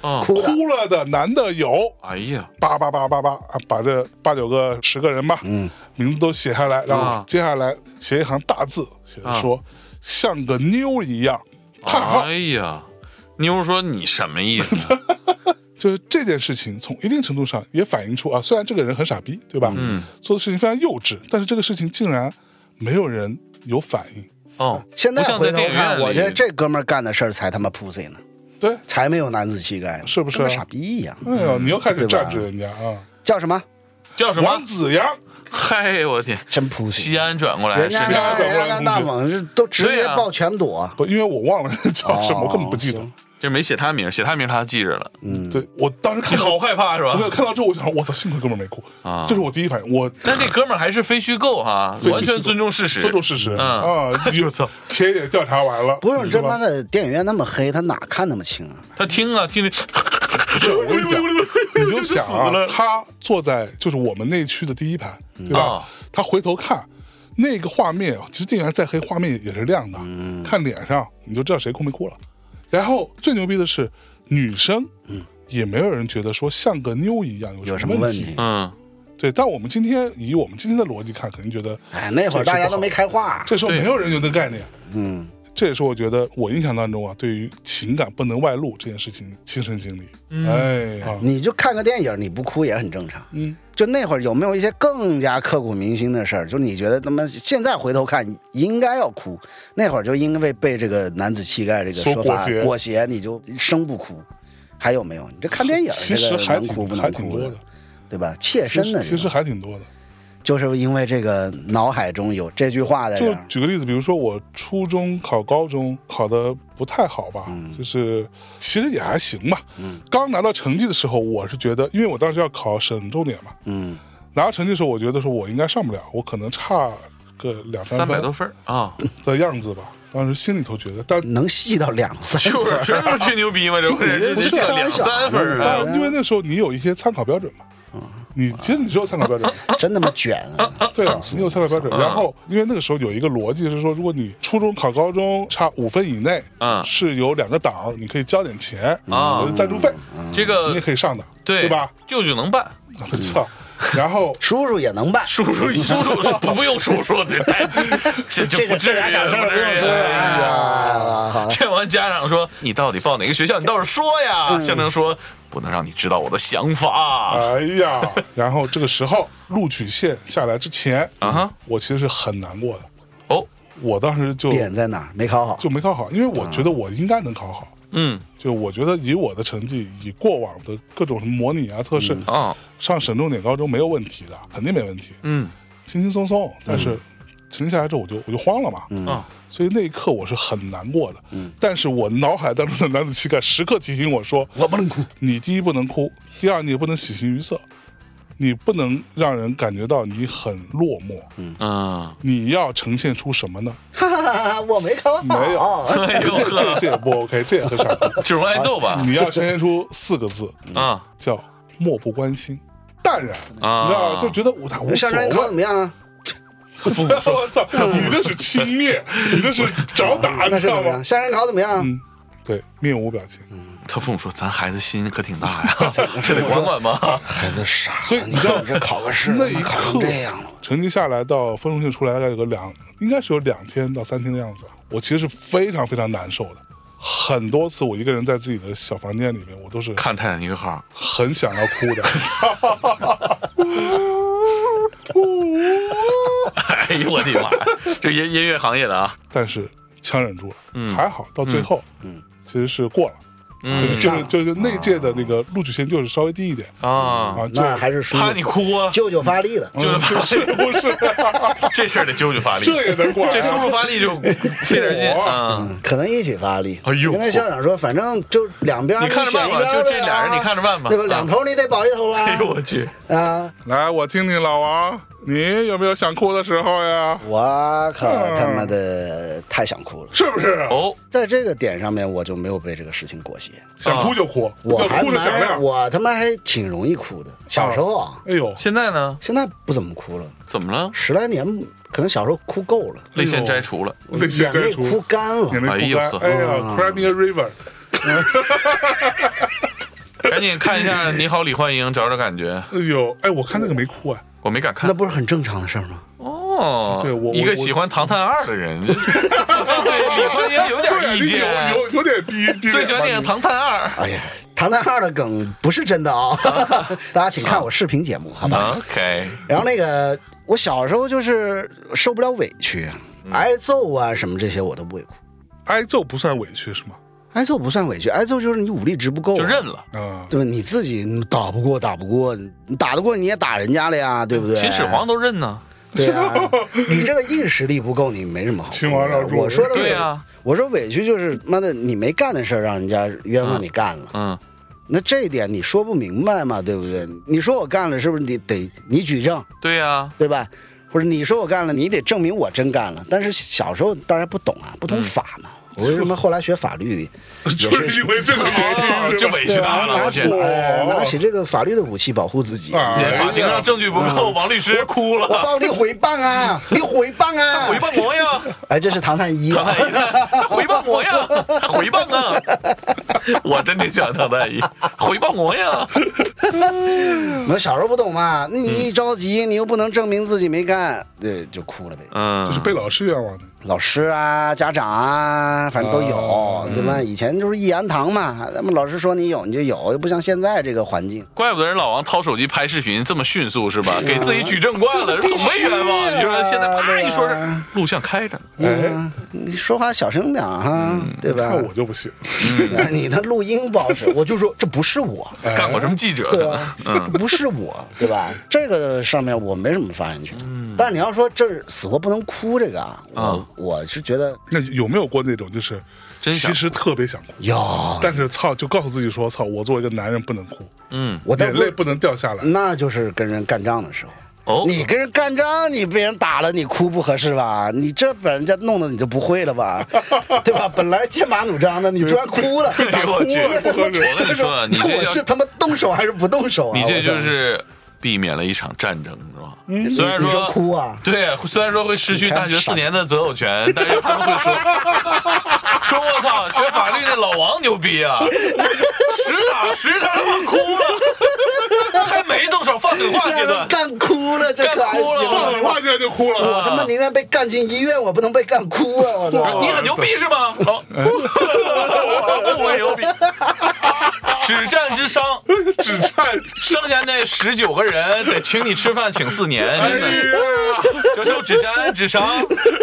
哭哭了的男的有， 哎呀， 叭叭叭叭叭，把这八九个十个人吧，嗯，名字都写下来，然后接下来写一行大字，写着说、啊、像个妞一样。 哎呀，妞说你什么意思？ 就是这件事情从一定程度上也反映出啊，虽然这个人很傻逼，对吧？嗯，做的事情非常幼稚，但是这个事情竟然没有人有反应。 哦， 现在回头看，我觉得这哥们儿干的事儿才他妈 pussy 呢， 对， 才没有男子气概呢， 是不是？ 跟傻逼一样。 哎呦，你又开始战治人家啊！ 叫什么？ 叫什么？ 王子阳。 嗨，我天， 真 pussy！ 西安转过来， 人家人家跟大猛都直接报全躲， 不，因为我忘了叫什么，我根本不记得。 就没写他名，写他名他记着了。 嗯，对，我当时看你好害怕是吧？ 我看到之后，我想，我操，幸亏哥们没哭啊！这是我第一反应。我但这哥们还是非虚构哈，完全尊重事实， 尊重事实。 嗯啊，我操，田野调查完了。 不是这妈的电影院那么黑，他哪看那么清啊？ 他听啊，听着。 不是，我跟你讲，你就想啊，他坐在就是我们内区的第一排，对吧？他回头看那个画面，其实电影院再黑，画面也是亮的。看脸上你就知道谁哭没哭了。然后最牛逼的是。女生，嗯，也没有人觉得说像个妞一样有什么问题， 嗯， 对。但我们今天以我们今天的逻辑看，肯定觉得， 哎，那会儿大家都没开化， 这时候没有人有那个概念， 嗯， 这也是我觉得我印象当中啊，对于情感不能外露这件事情亲身经历，嗯、哎、啊， 你就看个电影，你不哭也很正常，嗯。就那会儿有没有一些更加刻骨铭心的事儿？就你觉得他妈现在回头看应该要哭，那会儿就因为被这个男子气概这个说法裹挟，你就生不哭。还有没有？你这看电影其实还能哭不能哭的，对吧？切身的， 其实还挺多的。 就是因为这个脑海中有这句话的。 就举个例子，比如说我初中考高中考得不太好吧，嗯、就是其实也还行吧。嗯，刚拿到成绩的时候，我是觉得，因为我当时要考省重点嘛，嗯，拿到成绩的时候，我觉得说我应该上不了，我可能差个两三三百多分啊的样子吧。当时心里头觉得，但能细到两三分， 就是这是吹牛逼吗？这不是细到两三分啊？ 因为那时候你有一些参考标准嘛。你其实你是有参考标准的， 真他妈卷啊！ 对啊，你有参考标准。然后，因为那个时候有一个逻辑是说，如果你初中考高中差五分以内，嗯，是有两个档，你可以交点钱啊，所谓赞助费， 这个你也可以上的， 对对吧？ 舅舅能办， 我操！然后叔叔也能办， 叔叔叔叔不不用叔叔，这太这这不至于，不至于呀！这完家长说你到底报哪个学校？你倒是说呀！象征说不能让你知道我的想法。 哎呀，然后这个时候录取线下来之前啊，我其实是很难过的。哦，我当时就点在哪儿？没考好， 就没考好，因为我觉得我应该能考好。嗯，就我觉得以我的成绩，以过往的各种什么模拟啊、测试啊，上省重点高中没有问题的，肯定没问题。嗯，轻轻松松。但是成绩下来之后，我就我就慌了嘛。嗯，所以那一刻我是很难过的。嗯，但是我脑海当中的男子气概时刻提醒我说： 我不能哭。 你第一不能哭，第二你也不能喜形于色。你不能让人感觉到你很落寞，嗯啊，你要呈现出什么呢？ 哈哈哈，我没考好， 没有，这这也不 OK， 这也很傻逼， 这容易挨揍吧？ 你要呈现出四个字啊，叫漠不关心、淡然啊，你知道吗？就觉得我他无所谓。 考怎么样啊？ 我操，你这是轻蔑，你这是找打，你知道吗？ 校园考怎么样？ 嗯，对，面无表情。 他父母说：“咱孩子心可挺大呀，这得管管吧。” 孩子傻， 所以你知道这考个试那一刻这样了， 成绩下来到分数线出来大概有个两，应该是有两天到三天的样子。我其实是非常非常难受的，很多次我一个人在自己的小房间里面，我都是看泰坦尼克号， 很想要哭的。 哎呦我的妈！这音音乐行业的啊， 但是强忍住了，嗯，还好到最后，嗯，其实是过了。嗯，就是就是那届的那个录取线就是稍微低一点啊啊，那还是怕你哭啊， 舅舅发力了， 舅舅发力不是， 这事儿得舅舅发力， 这也能怪， 这叔叔发力就费点劲啊， 可能一起发力。哎呦，跟那校长说，反正就两边你看着办吧，就这俩人你看着办吧， 对吧？两头你得保一头啊。 哎呦我去啊！来，我听听老王。你有没有想哭的时候呀？ 我可他妈的太想哭了， 是不是？ 哦， 在这个点上面，我就没有被这个事情裹挟， 想哭就哭， 我还哭着响亮， 我他妈还挺容易哭的。小时候啊， 哎呦， 现在呢？ 现在不怎么哭了。 怎么了？ 十来年，可能小时候哭够了， 泪腺摘除了， 眼泪哭干了， 眼泪哭干。哎呀 ，Cry me a river。 赶紧看一下《你好，李焕英》，找找感觉。 哎呦，哎，我看那个没哭啊， 我没敢看， 那不是很正常的事儿吗？ 哦， 对我一个喜欢《唐探二》的人，好像对李焕英有点意见， 有有有点逼逼。 最喜欢电影《唐探二》。 哎呀，《唐探二》的梗不是真的啊，大家请看我视频节目，好吧 ？OK。 然后那个，我小时候就是受不了委屈，挨揍啊什么这些我都不会哭。 挨揍不算委屈是吗？ 挨揍不算委屈，挨揍就是你武力值不够、啊， 就认了啊， 对吧？你自己打不过，打不过，你打得过你也打人家了呀，对不对？ 秦始皇都认呢。 对啊，你这个硬实力不够，你没什么好。 秦王绕柱， 我说的对啊， 我说委屈就是妈的，你没干的事儿让人家冤枉你干了， 嗯， 那这一点你说不明白嘛，对不对？你说我干了，是不是你得你举证？ 对呀、啊， 对吧？或者你说我干了，你得证明我真干了。但是小时候大家不懂啊，不懂法嘛。嗯我为什么后来学法律？ 就是因为这个原因， 这委屈大了，我去！ 哎，拿起这个法律的武器保护自己。 法庭上证据不够，王律师哭了。 我报你诽谤啊！你诽谤啊！ 诽谤我呀！ 哎，这是唐探一。 唐探一，诽谤我呀！诽谤啊！我真挺喜欢唐探一，诽谤我呀！ 我小时候不懂嘛，那你一着急，你又不能证明自己没干，对，就哭了呗。 嗯， 就是被老师冤枉的。 老师啊，家长啊，反正都有，哦、对吧？以前就是一言堂嘛，咱们老师说你有你就有，又不像现在这个环境。 怪不得人老王掏手机拍视频这么迅速是吧？给自己举证惯了，人总被冤枉。你说现在啪一说，录像开着， 哎，你说话小声点哈，嗯、对吧？ 那我就不行， 嗯、你的录音不好使，我就说这不是我干过什么记者的， 啊、嗯，不是我，对吧？这个上面我没什么发言权，嗯、但是你要说这死活不能哭这个啊，我。嗯我是觉得， 那有没有过那种就是其实特别想哭， 有， 但是操，就告诉自己说，操，我作为一个男人不能哭， 嗯， 我眼泪不能掉下来， 那就是跟人干仗的时候。 哦， 你跟人干仗，你被人打了，你哭不合适吧？你这把人家弄的你就不会了吧？对吧？本来剑拔弩张的，你突然哭了， 打哭了，我跟你说，你这我是他妈动手还是不动手啊？ 你这就是避免了一场战争，是吧？ 嗯、 虽然说, 说哭啊， 对，虽然说会失去大学四年的择偶权，但是他们会说，说我操，学法律那老王牛逼啊，实打实的他妈哭了，还没动手放狠话阶段， 干哭了，这可还行， 放狠话阶段就哭了。 我他妈宁愿被干进医院，我不能被干哭啊！我操， 你很牛逼是吗？好，不为牛逼。只战之伤， 只战， 剩下那十九个人得请你吃饭，请四年，真的。这首只战之伤，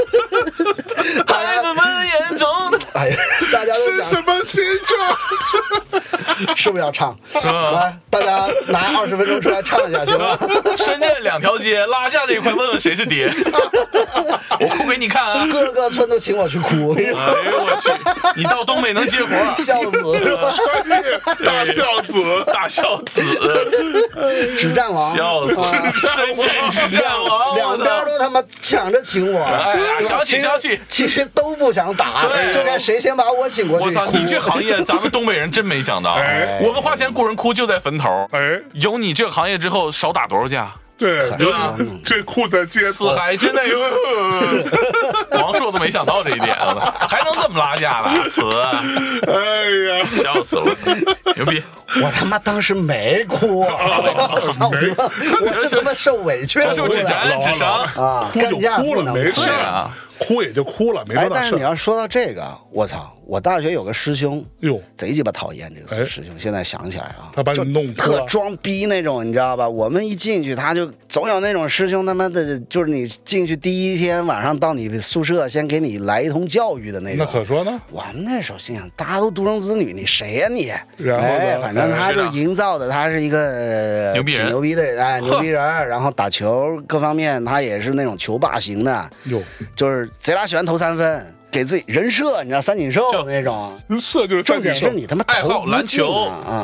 孩子们眼中， 哎呀，大家是什么形状？ 是不是要唱？来，大家拿二十分钟出来唱一下，行吗？ 深圳两条街拉架这一块，问问谁是爹？我哭给你看啊！ 各个村都请我去哭。 哎呦我去！你到东北能接活？ 孝子是吧？ 大孝子， 大孝子， 指战王， 笑死！深圳指战王， 两边都他妈抢着请我。 哎呀，消气消气！ 其实都不想打，就看谁先把我请过去。 我操，你这行业咱们东北人真没想到，我们花钱雇人哭就在坟头。哎，有你这个行业之后，少打多少架？ 对，这哭在街头， 四海之内，王朔都没想到这一点，还能这么拉架呢？词， 哎呀， 笑死了，牛逼！ 我他妈当时没哭，我操，我他妈受委屈了， 这就只战只伤啊，干架哭了没事啊。 哭也就哭了，没多大事。 但是你要说到这个，我操！我大学有个师兄， 哟， 贼鸡巴讨厌这个师兄。现在想起来啊， 他把你弄特装逼那种，你知道吧？我们一进去，他就总有那种师兄他妈的，就是你进去第一天晚上到你宿舍，先给你来一通教育的那种。 那可说呢。 我们那时候心想，大家都独生子女，你谁呀你？ 然后哎，反正他就营造的他是一个牛逼人， 牛逼的人，哎，牛逼人。然后打球各方面，他也是那种球霸型的， 哟， 就是贼拉喜欢投三分，给自己人设，你知道三井寿那种， 人设就是重点是你他妈投篮球啊，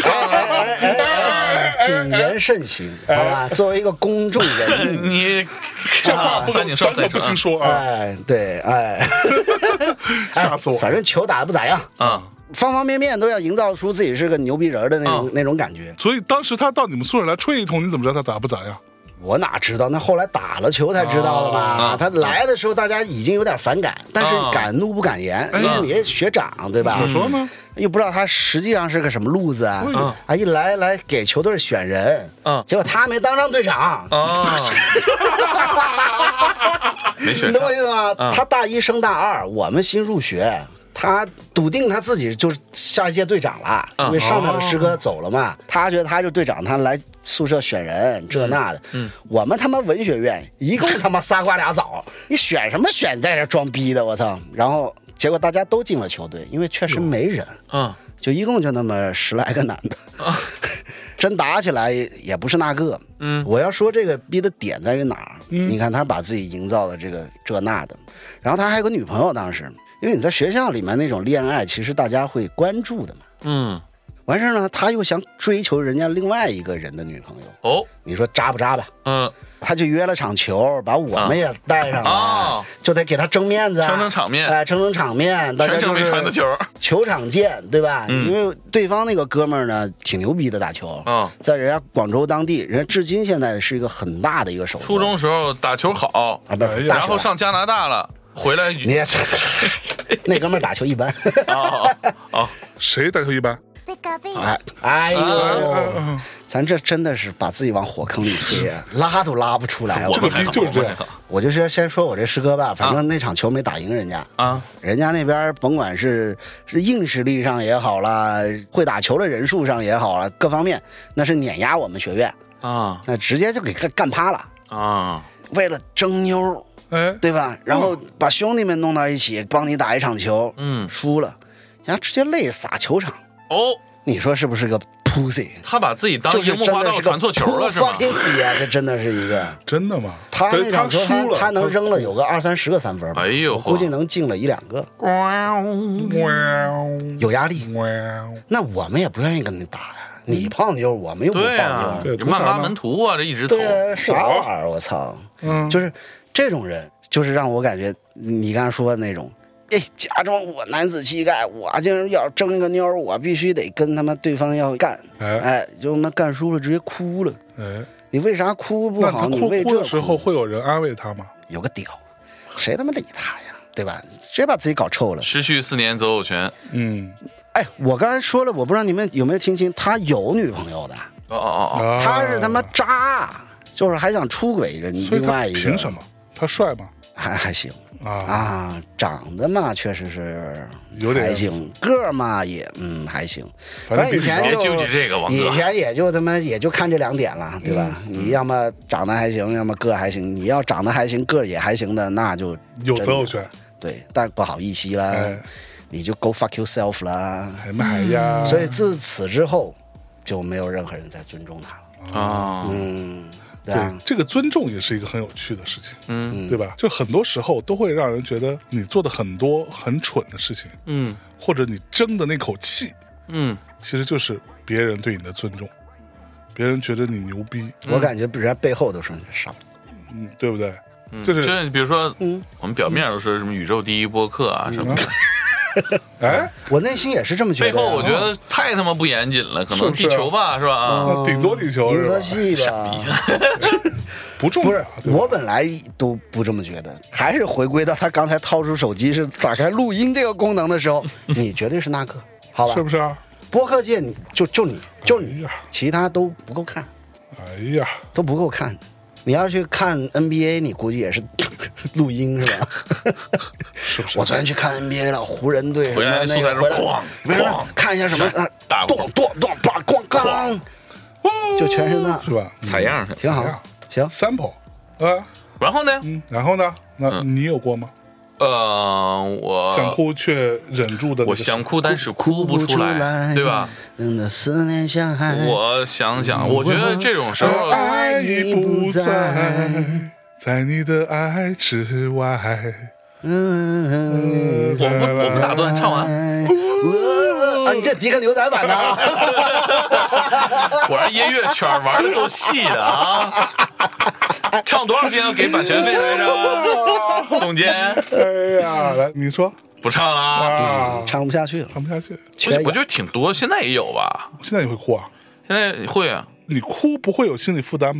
谨言慎行，好吧？作为一个公众人物， 你这话三井寿咱可不行说啊， 哎，对，哎， 吓死我！ 反正球打得不咋样啊。 方方面面都要营造出自己是个牛逼人的那种、嗯、那种感觉。 所以当时他到你们宿舍来吹一通，你怎么知道他咋不咋样？ 我哪知道？那后来打了球才知道的嘛。他来的时候大家已经有点反感，但是敢怒不敢言，因为你学长对吧？ 怎么说呢？ 又不知道他实际上是个什么路子啊！啊，一来来给球队选人，结果他没当上队长啊，没选上， 你懂我意思吗？他大一升大二，我们新入学。他笃定他自己就是下一届队长了，因为上面的师哥走了嘛，他觉得他就是队长，他来宿舍选人这那的。嗯，我们他妈文学院一共他妈仨瓜俩枣，你选什么选，在这装逼的，我操！然后结果大家都进了球队，因为确实没人。嗯，就一共就那么十来个男的，真打起来也不是那个。嗯，我要说这个逼的点在于哪儿？嗯，你看他把自己营造的这个这那的，然后他还有个女朋友，当时。因为你在学校里面那种恋爱，其实大家会关注的嘛。嗯，完事呢，他又想追求人家另外一个人的女朋友。哦，你说渣不渣吧？嗯，他就约了场球，把我们也带上了，啊、就得给他争面子、啊， 撑撑场面， 哎、呃，撑撑场面。大家全程没传的球， 球场见，对吧？嗯、因为对方那个哥们儿呢，挺牛逼的打球，啊、在人家广州当地，人家至今现在是一个很大的一个手。 初中时候打球好啊，不是，然后上加拿大了。回来你也那哥们打球一般哦哦，谁打球一般？ 哎哎呦，啊、咱这真的是把自己往火坑里推，拉都拉不出来。 这个逼就是这样。 我就是先说我这师哥吧，反正那场球没打赢人家啊，人家那边甭管是是硬实力上也好啦，会打球的人数上也好啦，各方面那是碾压我们学院啊，那直接就给干干趴了啊，为了争妞。哎，对吧？然后把兄弟们弄到一起，帮你打一场球，嗯，输了，然后直接累撒球场。哦，你说是不是个 pussy？ 他把自己当樱木花道传错球了是吗？ pussy 啊，这真的是一个真的吗？ 他那场球他他能扔了有个二三十个三分吧？ 哎呦， 估计能进了一两个。有压力。那我们也不愿意跟你打呀。你泡妞，我们又不泡妞。 对曼巴门徒啊，这一直投。 对，啥玩意儿？我操！嗯，就是。这种人就是让我感觉你刚才说的那种，哎，假装我男子气概，我就是要争个妞，我必须得跟他们对方要干，哎，哎就他妈干输了直接哭了，哎，你为啥哭不好？ 你为这的时候会有人安慰他吗？ 有个屌，谁他妈理他呀？对吧？直接把自己搞臭了， 失去四年择偶权。 嗯，哎，我刚才说了，我不知道你们有没有听清，他有女朋友的， 哦哦哦， 他是他妈渣，就是还想出轨人另外一个， 凭什么？他帅吗？ 还还行啊啊，长得嘛确实是有点还行，个嘛也嗯还行。 反正以前就纠结这个， 以前也就他妈也就看这两点了，对吧？嗯、你要么长得还行，要么个还行。你要长得还行，个也还行的，那就有择偶权。 对，但不好意思啦，哎、你就 go fuck yourself 啦。 哎妈呀！ 所以自此之后就没有任何人再尊重他了啊。嗯。 对，这个尊重也是一个很有趣的事情，嗯，对吧？就很多时候都会让人觉得你做的很多很蠢的事情，嗯，或者你争的那口气，嗯，其实就是别人对你的尊重，别人觉得你牛逼。 我感觉人家背后都是傻逼， 嗯，对不对？ 嗯、 就是就是比如说，嗯，我们表面都说什么宇宙第一播客啊什么的。 哎， 我内心也是这么觉得。 背后我觉得太他妈不严谨了，可能地球吧，是吧？啊， 顶多地球， 银河系吧， 不重要。 不是，我本来都不这么觉得，还是回归到他刚才掏出手机是打开录音这个功能的时候，你绝对是那个，好吧？ 是不是啊？ 播客界你就就你就你，其他都不够看。 哎呀， 都不够看。你要去看 N B A， 你估计也是录音是吧？ 是不是？ 我昨天去看 N B A 了，湖人队回来那个回来哐哐看一下什么啊，咚咚咚吧咣咣，就全是那是吧？ 采样挺好，行 sample 啊， 然后呢？ 嗯，然后呢？那你有过吗？ 呃，我想哭却忍住的， 我想哭但是哭不出来，对吧？ 思念相爱。 我想想，我觉得这种时候， 爱已不在，在你的爱之外。 嗯， 我不，我不打断，唱完。 啊，你这迪克牛仔版的， 果然音乐圈玩的够细的啊！唱多少钱要给版权费来着？总监， 哎呀，来你说， 不唱了啊、 嗯，唱不下去了， 唱不下去。 我我觉得挺多，现在也有吧？ 现在也会哭啊？ 现在会啊？ 你哭不会有心理负担吗？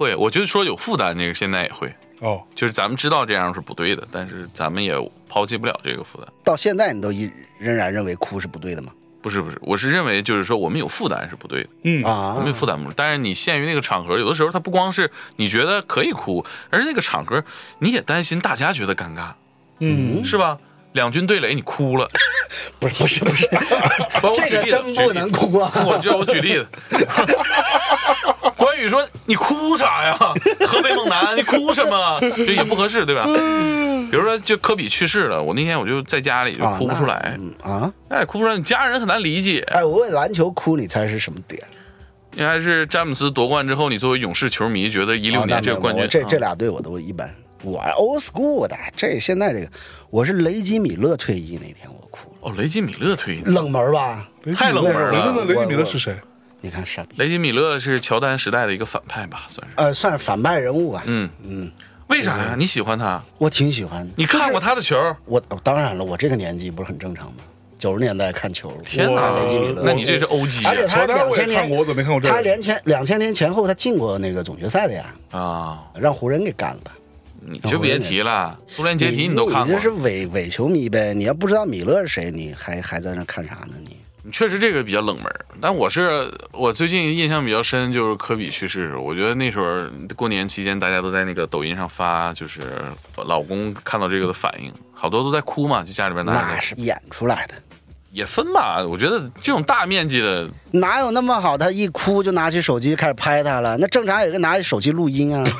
会，我觉得说有负担，这个现在也会。 哦， 就是咱们知道这样是不对的，但是咱们也抛弃不了这个负担。 到现在你都依仍然认为哭是不对的吗？ 不是不是，我是认为就是说我们有负担是不对的。 嗯啊， 我们有负担不，但是你限于那个场合，有的时候它不光是你觉得可以哭，而是那个场合你也担心大家觉得尴尬， 嗯， 是吧？两军对垒，你哭了， 不是不是不是，这个真不能哭啊！ 我就我举例子，关羽说：“你哭啥呀？河北猛男，你哭什么？这也不合适，对吧？”比如说，就科比去世了，我那天我就在家里就哭不出来啊， 哎，哭不出来，你家人很难理解。 哎，我问篮球哭，你猜是什么点？ 应该是詹姆斯夺冠之后，你作为勇士球迷觉得一六年这个冠军， 这这俩队我都一般。我 old school 的，这现在这个，我是雷吉米勒退役那天我哭了。 哦，雷吉米勒退役， 冷门吧？ 太冷门了。 那雷吉米勒是谁？ 你看傻逼。 雷吉米勒是乔丹时代的一个反派吧，算是。 呃，算是反派人物吧。 嗯嗯。为啥呀？你喜欢他？ 我挺喜欢的。 你看过他的球？ 我当然了，我这个年纪不是很正常吗？九十年代看球， 天哪！ 雷吉米勒， 那你这是 O G 而且他两千年， 我怎么没看过这个？ 他两千两千年前后，他进过那个总决赛的呀。 啊， 让湖人给干了吧。 你就别提了，苏联解体你都看过， 你这是伪伪球迷呗？你要不知道米勒是谁，你还还在那看啥呢？你你确实这个比较冷门，但我是我最近印象比较深，就是科比去世，我觉得那时候过年期间大家都在那个抖音上发，就是老公看到这个的反应，好多都在哭嘛，就家里边那是演出来的。 也分吧，我觉得这种大面积的哪有那么好？他一哭就拿起手机开始拍他了，那正常有人拿起手机录音啊，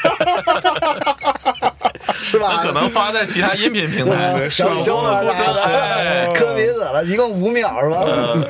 是吧？ 那可能发在其他音频平台， 小宇宙啊啥的。科比死了，一共五秒是吧？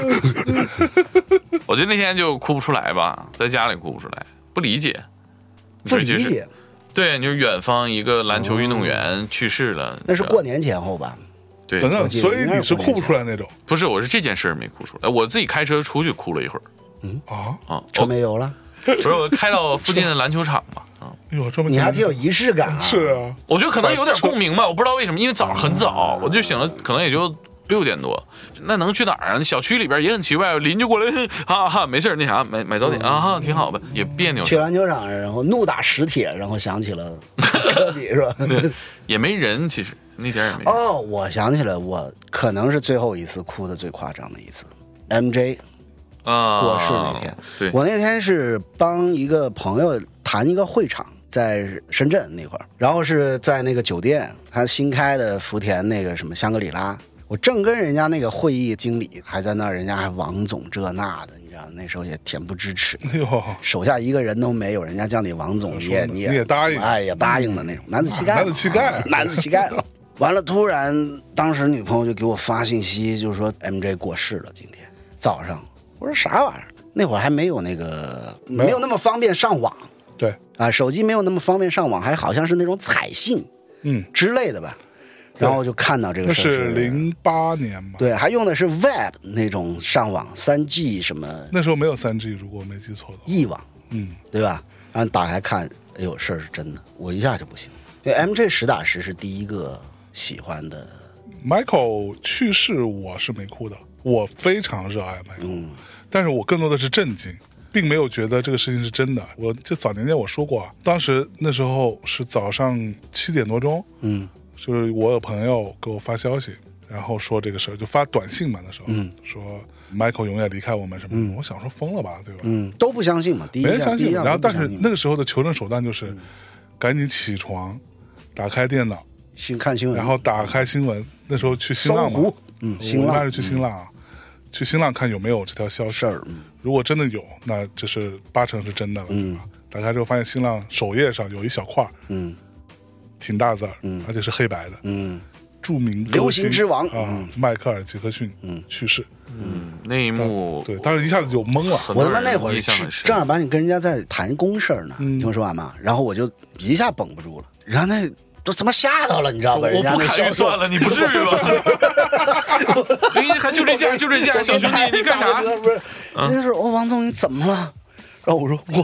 我觉得那天就哭不出来吧，在家里哭不出来，不理解， 不理解。 对，就是远方一个篮球运动员去世了， 那是过年前后吧？ 对， 等等，所以你是哭不出来那种？ 不是，我是这件事没哭出来，我自己开车出去哭了一会儿。 嗯啊啊，车没油了？ 不是，我开到附近的篮球场嘛。啊， 哟，这么你还挺有仪式感啊！ 是啊， 我觉得可能有点共鸣吧，我不知道为什么，因为早上很早，我就醒了，可能也就六点多。那能去哪儿啊？那小区里边也很奇怪，邻居过来，哈哈，没事，那啥，买买早点啊，哈，挺好的，也别扭。 去篮球场，然后怒打石铁，然后想起了科比是吧？ 也没人，其实。那点也没哦，我想起来，我可能是最后一次哭的最夸张的一次 ，M J 啊过世那天。 对， 我那天是帮一个朋友谈一个会场，在深圳那块儿，然后是在那个酒店，他新开的福田那个什么香格里拉，我正跟人家那个会议经理还在那儿，人家还王总这那的，你知道，那时候也恬不知耻，手下一个人都没有，人家叫你王总，你也你也你也答应， 哎，也答应的那种，男子气概， 男子气概， 男子气概。完了，突然，当时女朋友就给我发信息，就是说 M J 过世了，今天早上。我说啥玩意儿？那会儿还没有那个，没有那么方便上网。 对啊，手机没有那么方便上网，还好像是那种彩信，嗯之类的吧。然后就看到这个事儿， 那是零八年嘛？ 对，还用的是 Web 那种上网，三 G 什么。 那时候没有三 G， 如果我没记错的话。 E 网， 嗯， 对吧？然后打开看，哎呦，事儿是真的，我一下就不行。因为 M J 实打实是第一个喜欢的。 Michael 去世，我是没哭的，我非常热爱 Michael，嗯，但是我更多的是震惊，并没有觉得这个事情是真的。我就早年间我说过啊，当时那时候是早上七点多钟，嗯，就是我有朋友给我发消息，然后说这个事儿，就发短信嘛，那时候，嗯，说 Michael 永远离开我们什么的，嗯，我想说疯了吧，对吧？ 嗯，都不相信嘛，第一没人相信。然后，但是那个时候的求证手段就是，嗯，赶紧起床，打开电脑， 新看新闻， 然后打开新闻。那时候去新浪嘛，嗯，新浪，我是去新浪，嗯，去新浪看有没有这条消息。嗯，如果真的有，那这是八成是真的了，嗯，打开之后发现新浪首页上有一小块，嗯，挺大字，嗯，而且是黑白的，嗯，著名流行之王啊，迈克尔·杰克逊，嗯，去世， 嗯，那一幕， 对，当时一下子就懵了。 我他妈那会儿正儿八经跟人家在谈公事呢，听我说完吗？然后我就一下绷不住了，然后那。都他妈吓到了，你知道吧？ 我不砍预算了，你不至于吧？人家还就这价，就这价，小兄弟，你干啥？ 不是，人家说：“哦，王总，你怎么了？”然后我说：“我操，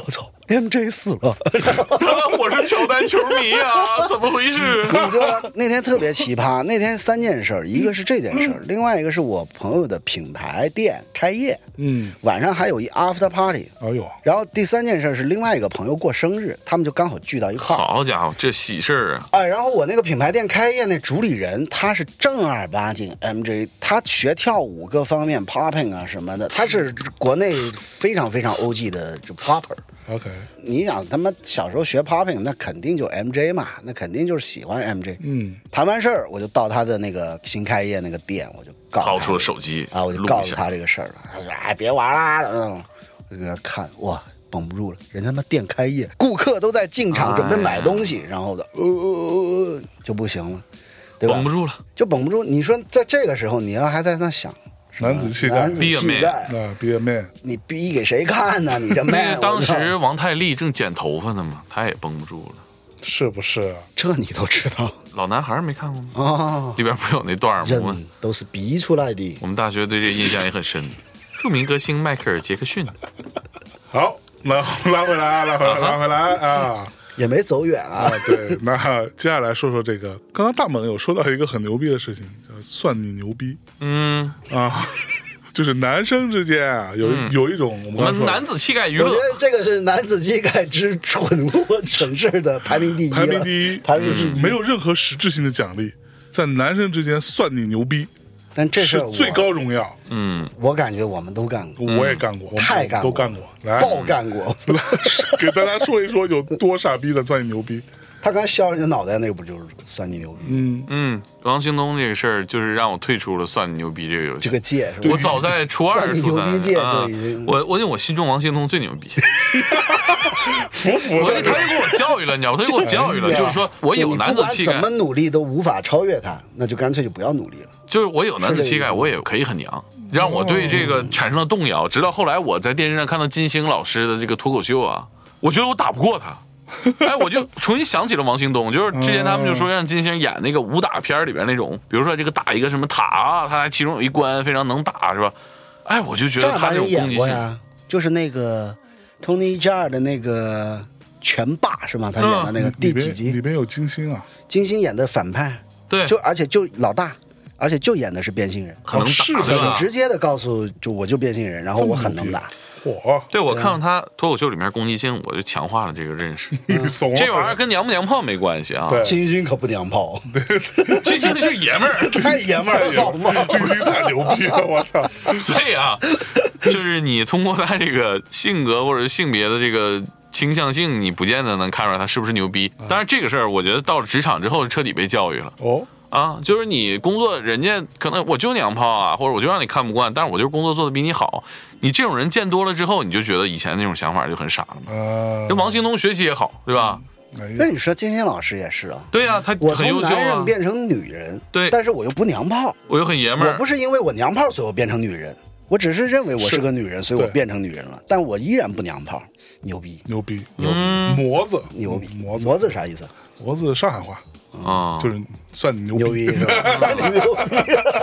M J 死了， 我是乔丹球迷啊，怎么回事？ 你知道那天特别奇葩，那天三件事，一个是这件事，另外一个是我朋友的品牌店开业， 嗯， 晚上还有一 after party， 哎呦， 然后第三件事是另外一个朋友过生日，他们就刚好聚到一块儿。 好家伙，这喜事儿啊！ 哎，然后我那个品牌店开业那主理人，他是正儿八经 M J， 他学跳舞各方面 popping 啊什么的，他是国内非常非常 O G 的就 popper。OK， 你想他妈小时候学 popping， 那肯定就 M J 嘛，那肯定就是喜欢 M J。 嗯， 谈完事儿，我就到他的那个新开业那个店，我就告诉他掏出了手机啊，我就告诉他这个事儿了。他说：“哎，别玩啦！”嗯，我就给他看，哇，绷不住了，人家他妈店开业，顾客都在进场准备买东西，哎、然后的呃呃呃就不行了，对吧？ 绷不住了， 就绷不住。你说在这个时候，你要还在那想。 男子气概， 男子气概啊 ，be a man， 你逼给谁看呢？你这 man， 当时王太利正剪头发呢嘛，他也绷不住了， 是不是、啊？ 这你都知道？ 老男孩没看过吗？ 哦， 里边不有那段吗？ 人都是逼出来的。 我们大学对这印象也很深。著名歌星迈克尔·杰克逊。 好，那拉回来啊，拉回来，拉回来啊。 也没走远啊。 啊对，那接下来说说这个，刚刚大猛有说到一个很牛逼的事情，叫算你牛逼。 嗯啊，就是男生之间啊，有、嗯、有一种我们, 我们男子气概娱乐， 我觉得这个是男子气概之蠢货蠢事的排名第一， 排名第一， 排名第一， 没有任何实质性的奖励，在男生之间算你牛逼。 但这是最高荣耀， 嗯， 我感觉我们都干过， 我也干过， 太干过， 都干过，来， 爆干过， 来给大家说一说有多傻逼的算你牛逼。 他刚削人家脑袋那个不就是算你牛逼？ 嗯嗯，王兴东这个事儿就是让我退出了算你牛逼这个游戏。 这个界是吧？ 我早在初二、 算你牛逼界就已经， 啊、我我因为我心中王兴东最牛逼， 服服了。 他就给我教育了，你知道吗？他就给我教育了，就是说我有男子气概， 怎么努力都无法超越他，那就干脆就不要努力了。 就是我有男子气概，我也可以很娘，让我对这个产生了动摇。直到后来我在电视上看到金星老师的这个脱口秀啊，我觉得我打不过他。哎，我就重新想起了王兴东，就是之前他们就说让金星演那个武打片里边那种，比如说这个打一个什么塔啊，他其中有一关非常能打，是吧？哎，我就觉得他这种攻击性， 呀，就是那个 Tony Jaa 的那个拳霸是吗？他演的那个第几集？ 里边有金星啊， 金星演的反派， 对， 就而且就老大。而且就演的是变性人， 很能打， 是很直接的告诉，就我就变性人，然后我很能打。 嚯！ 对，我看到他脱口秀里面攻击性，我就强化了这个认识。 嗯、 这玩意儿跟娘不娘炮没关系啊。 金星可不娘炮， 金星那是爷们儿， 太爷们儿了，好吗？ 金星太牛逼了，我操！ 所以啊，就是你通过他这个性格或者性别的这个倾向性，你不见得能看出来他是不是牛逼。当然，这个事儿我觉得到了职场之后彻底被教育了。 哦。 啊，就是你工作，人家可能我就娘炮啊，或者我就让你看不惯，但是我就是工作做的比你好。你这种人见多了之后，你就觉得以前那种想法就很傻了嘛。 呃， 跟王兴东学习也好，对吧？ 那你说金星老师也是啊， 对啊，他我很优秀啊。 从男人变成女人， 对， 但是我又不娘炮， 我又很爷们儿。 我不是因为我娘炮所以我变成女人，我只是认为我是个女人，所以我变成女人了，但我依然不娘炮，牛逼， 牛逼， 牛逼， 嗯、 模子， 牛逼， 模子， 模子啥意思？ 模子上海话。 啊、 嗯，就是算你牛逼， 牛逼是吧？算你牛逼。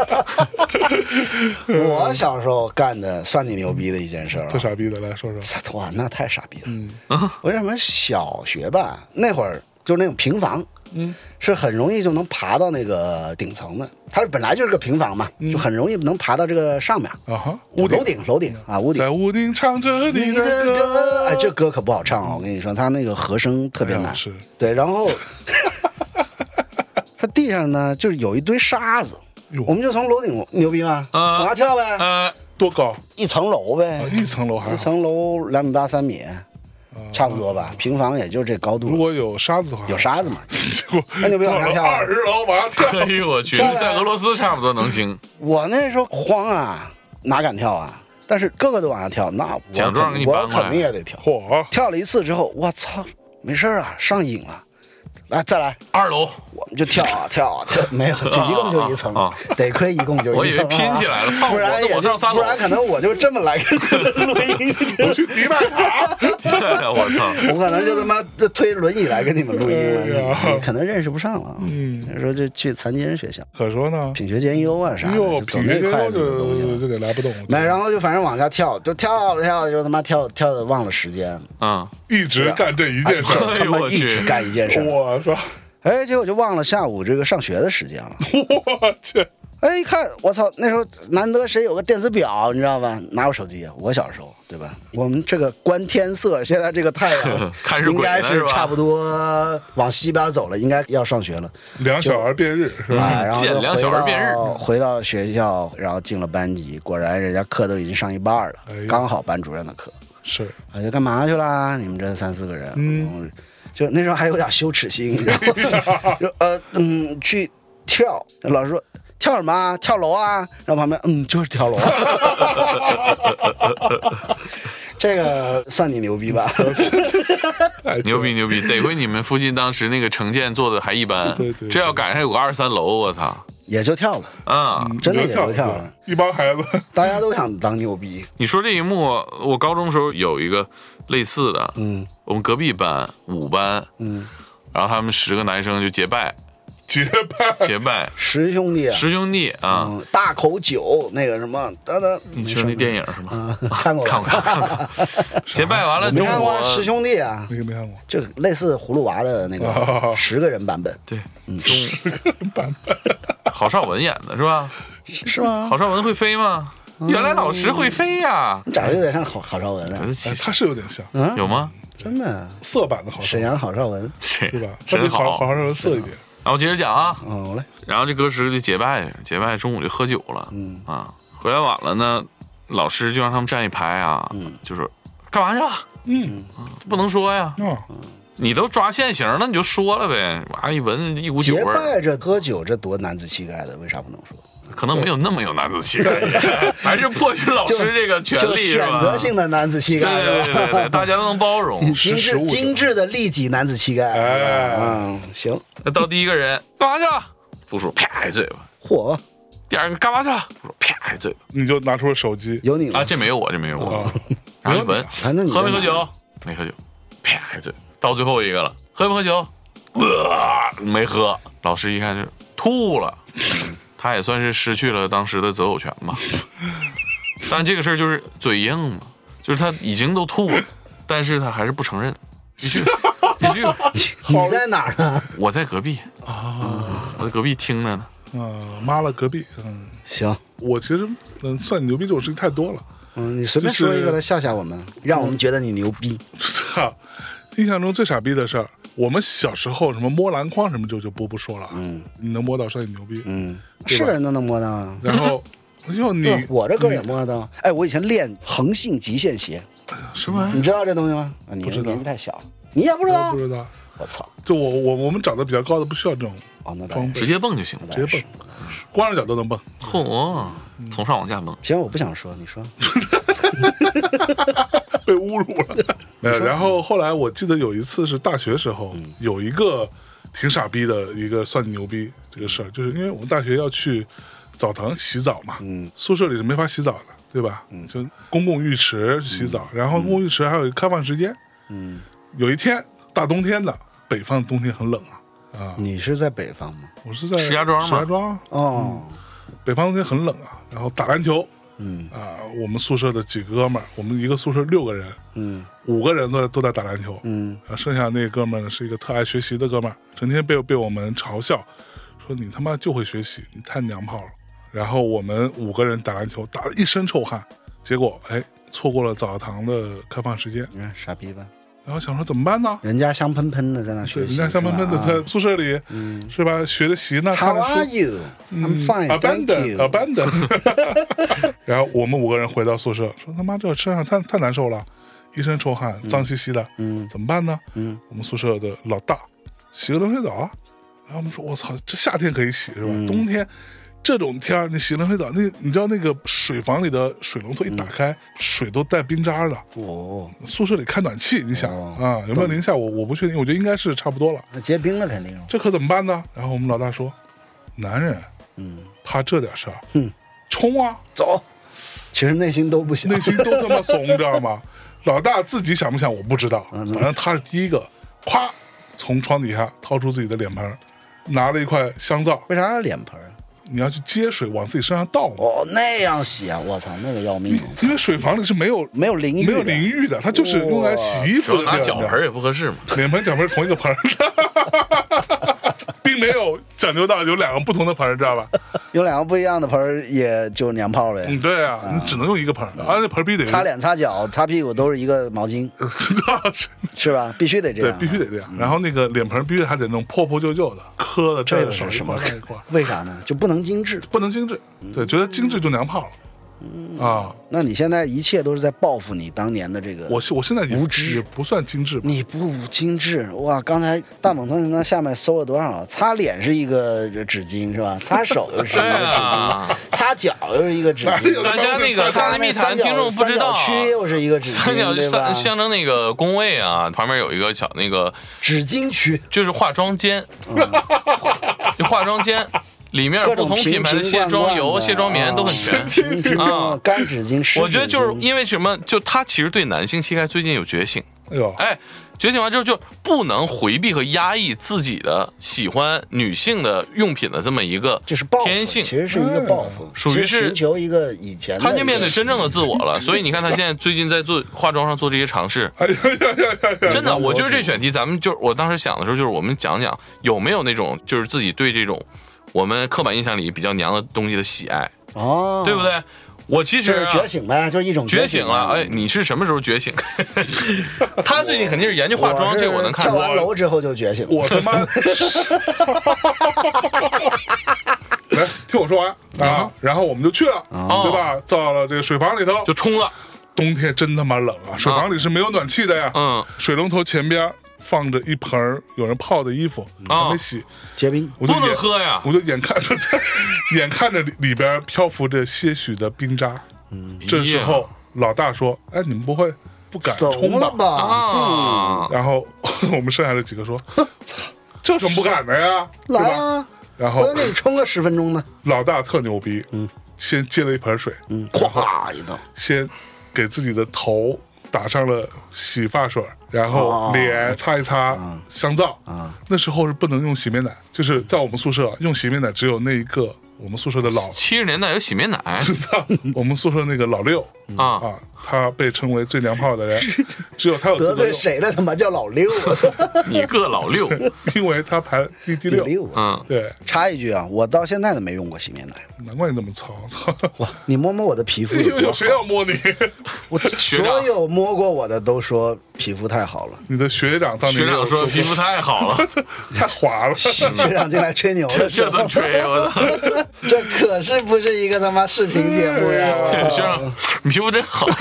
我小时候干的算你牛逼的一件事儿、啊， 特傻逼的，来说说。 哇，那太傻逼了。 嗯， 为什么小学吧，那会儿就是那种平房， 嗯， 是很容易就能爬到那个顶层的。它本来就是个平房嘛，嗯、就很容易能爬到这个上面。 啊哈， 屋顶，楼顶，楼顶啊，屋顶。 在屋顶唱着你的歌， 哎，这歌可不好唱啊！我跟你说，它那个和声特别难。 哎、是。 对，然后。它地上呢，就是有一堆沙子，我们就从楼顶牛逼吗？ 呃、 往下跳呗。 呃， 多高？ 一层楼呗。 啊、一层楼还？ 一层楼两米八三米，呃、差不多吧。平房也就这高度。 如果有沙子的话， 有沙子嘛？那牛逼往下跳。 二十楼往下跳。 哎呦我去，在俄罗斯差不多能行。 我那时候慌啊，哪敢跳啊？但是个个都往下跳，那我奖状给你搬我肯定也得跳。 嚯！ 跳了一次之后，我操，没事啊，上瘾了。 来再来二楼， 我们就跳啊跳啊跳，没有，就一共就一层，啊啊啊得亏一共就一层， 我以为拼起来了，操， 不然也我上三楼， 不然可能我就这么来个录音， 我去迪拜塔， 我操， 我可能就他妈推轮椅来跟你们录音了，你可能认识不上了，嗯，那时候就去残疾人学校， 可说呢， 品学兼优啊啥的，就走那块子的东西， 就得来不动， 没，然后就反正往下跳，就跳着跳着就他妈跳跳的忘了时间， 啊， 一直干这一件事， 他妈一直干一件事， 我操。 哎，结果就忘了下午这个上学的时间了。 我去！ 哎，一看，我操！那时候难得谁有个电子表，你知道吧？哪有手机啊？我小时候，对吧？我们这个观天色，现在这个太阳应该是差不多往西边走了，应该要上学了。 两小儿辩日是吧？ 然后见两小儿辩日， 回到学校，然后进了班级，果然人家课都已经上一半了，哎、刚好班主任的课。 是， 啊，就干嘛去啦？你们这三四个人，嗯。就那时候还有点羞耻心，你知道吗？就呃嗯去跳，老师说跳什么啊？跳楼啊？然后旁边嗯就是跳楼，这个算你牛逼吧？ 牛逼牛逼，得亏你们附近当时那个城建做的还一般， 对对， 这要赶上有个二三楼，我操！ 也就跳了啊、 嗯，真的也就跳了。 一帮孩子， 大家都想当牛逼。 你说这一幕，我高中时候有一个类似的， 嗯， 我们隔壁班五班， 嗯， 然后他们十个男生就结拜， 结拜， 结拜， 十兄弟， 十兄弟啊、 嗯，大口酒那个什么，等等， 你说那电影是吗？ 嗯、看过看过看过。结拜完了， 没看过十兄弟啊？ 没没看过， 就类似葫芦娃的那个十个人版本。 对， 嗯， 十个人版本。 郝邵文演的是吧？ 是吗？ 郝邵文会飞吗？原来老师会飞呀！ 长得有点像郝郝邵文啊， 他是有点像， 嗯， 有吗？ 真的， 色版的郝邵文， 沈阳郝邵文， 对吧？ 真好， 郝邵文色一点。 然后接着讲啊， 哦来， 然后这哥十个就结拜，结拜中午就喝酒了， 嗯啊，回来晚了呢，老师就让他们站一排啊， 嗯， 就说干嘛去了？ 嗯， 不能说呀， 嗯。 你都抓现行了，你就说了呗。哇，一闻一股酒味儿。 结拜这喝酒，这多男子气概的，为啥不能说？ 可能没有那么有男子气概，还是迫于老师这个权利， 是吧？选择性的男子气概， 对对对对，大家都能包容。 精致精致的利己男子气概。 哎， 嗯，行。 那到第一个人干嘛去了？不说啪一嘴巴。 嚯！ 第二个干嘛去了？不说啪一嘴巴。 你就拿出了手机， 有你啊？这没有我，这没有我。然后一闻，喝没喝酒？没喝酒。啪一嘴。到最后一个了，喝没喝酒？呃，没喝。老师一看就吐了，他也算是失去了当时的择偶权吧。但这个事儿就是嘴硬嘛，就是他已经都吐了，但是他还是不承认。继续，继续。 你在哪儿呢？ 我在隔壁啊，我在隔壁听着呢。 嗯，妈了隔壁。嗯， 行。 我其实嗯，算你牛逼这种事情太多了。 嗯，你随便说一个来吓吓我们，让我们觉得你牛逼。 操！印象中最傻逼的事儿，我们小时候什么摸篮筐什么就就不不说了， 嗯， 你能摸到算你牛逼， 嗯，是个人都能摸到啊。 然后，哟你我这个也摸得到，哎，我以前练横性极限鞋， 什么？ 你知道这东西吗？啊，你年纪太小了，你也不知道？ 不知道。 我操！ 就我我我们长得比较高的不需要这种哦，那装备， 直接蹦就行， 直接蹦，光着脚都能蹦。 嚯，从上往下蹦。 行，我不想说，你说。 被侮辱了，没有。然后后来我记得有一次是大学时候，嗯、有一个挺傻逼的一个算牛逼这个事儿，就是因为我们大学要去澡堂洗澡嘛，嗯，宿舍里是没法洗澡的，对吧？嗯，就公共浴池洗澡，嗯、然后公共浴池还有一个开放时间，嗯，有一天大冬天的，北方冬天很冷啊，啊， 你是在北方吗？ 我是在石家庄吗？ 石家庄哦、 嗯，北方冬天很冷啊，然后打篮球。 嗯啊，我们宿舍的几个哥们儿，我们一个宿舍六个人， 嗯， 五个人都都在打篮球， 嗯， 啊，剩下那个哥们儿呢是一个特爱学习的哥们儿，整天被被我们嘲笑，说你他妈就会学习，你太娘炮了。然后我们五个人打篮球，打得一身臭汗，结果哎，错过了澡堂的开放时间， 你看傻逼吧。 然后想说怎么办呢？ 人家香喷喷的在那学习， 人家香喷喷的在宿舍里， 嗯， 是吧？学着习呢， How 看着书。 are you? I'm fine. Abandon, abandon. 然后我们五个人回到宿舍，说他妈这身上太太难受了，一身臭汗，脏兮兮的， 嗯， 怎么办呢？ 嗯， 我们宿舍的老大洗个冷水澡啊。然后我们说我操，这夏天可以洗是吧？ 嗯、 冬天这种天儿，你洗冷水澡，那你知道那个水房里的水龙头一打开，嗯、水都带冰渣的。哦，宿舍里开暖气，你想、哦、啊，有没有零下？我我不确定，我觉得应该是差不多了。 那结冰了肯定。 这可怎么办呢？然后我们老大说，男人，嗯，怕这点事儿，嗯，冲啊， 走。其实内心都不想， 内心都他妈怂，知道吗？老大自己想不想我不知道，反正他是第一个，咵从床底下掏出自己的脸盆，拿了一块香皂。 为啥要脸盆？ 你要去接水往自己身上倒。 哦，那样洗啊！我操，那个要命！ 因为水房里是没有没有淋浴没有淋浴的，它就是用来洗衣服的。 拿脚盆也不合适嘛， 脸盆脚盆同一个盆。并没有讲究到有两个不同的盆，知道吧？ 有两个不一样的盆，也就娘炮呗。 嗯，对啊，啊你只能用一个盆，啊，那盆必须得擦脸、擦脚、擦屁股都是一个毛巾，是吧？必须得这样， 对，必须得这样。嗯、然后那个脸盆必须还得那种破破旧旧的，磕的这个是什么？为啥呢？就不能精致， 不能精致。对，觉得精致就娘炮了。嗯啊， 那你现在一切都是在报复你当年的这个我我现在无知， 也不算精致。 你不精致哇！刚才大猛从那下面搜了多少？擦脸是一个纸巾是吧？擦手又是一个纸巾，擦脚又是一个纸巾。 大家那个擦密谈听众不知道， 区又是一个纸巾， 三角象象征那个工位啊，旁边有一个小那个纸巾区， 就是化妆间，就化妆间。里面不同品牌的卸妆油、卸妆棉都很全啊，干纸巾、湿纸巾。 我觉得就是因为什么，就他其实对男性气概最近有觉醒。 哎呦， 哎，觉醒完之后就不能回避和压抑自己的喜欢女性的用品的这么一个就是天性， 其实是一个报复， 属于是寻求一个以前的。 他就面对真正的自我了，所以你看他现在最近在做化妆上做这些尝试。 哎呀呀呀呀！ 真的，我就是这选题，咱们就我当时想的时候，就是我们讲讲有没有那种就是自己对这种。我们刻板印象里比较娘的东西的喜爱，哦，对不对？我其实、啊、 就是觉醒呗，就是一种觉醒了。哎，你是什么时候觉醒？他最近肯定是研究化妆，这我能看出来。 跳完楼之后就觉醒。 我他妈！来，听我说完啊、嗯！然后我们就去了，哦、对吧？到了这个水房里头就冲了。 冬天真他妈冷啊！水房里是没有暖气的呀。嗯，水龙头前边。放着一盆有人泡的衣服，还没洗， 结冰， 我就不能喝呀！ 我就眼看着在，眼看着里里边漂浮着些许的冰渣。嗯，这时候老大说：“哎，你们不会不敢冲吧？” 啊！ 然后我们剩下的几个说：“操，这有什么不敢的呀？ 来啊！ 然后我给你冲个十分钟呢。” 老大特牛逼，嗯，先接了一盆水， 嗯，咵一倒， 先给自己的头打上了洗发水。然后脸擦一擦香皂啊，那时候是不能用洗面奶，就是在我们宿舍用洗面奶只有那一个我们宿舍的老七十年代有洗面奶， 我们宿舍那个老六啊啊，他被称为最娘炮的人，只有他有资格得罪谁了？他妈叫老六， 你个老六， 因为他排第第六，嗯，对。 插一句啊，我到现在都没用过洗面奶， 难怪你那么糙，操！ 哇，你摸摸我的皮肤有多好， 有谁要摸你？ 我所有摸过我的都说皮肤太好了。 你的学长当年学长说皮肤太好了， 太滑了。 学长进来吹牛了， 这都吹我操！ 这可是不是一个他妈视频节目呀！ 学长，你皮肤真好。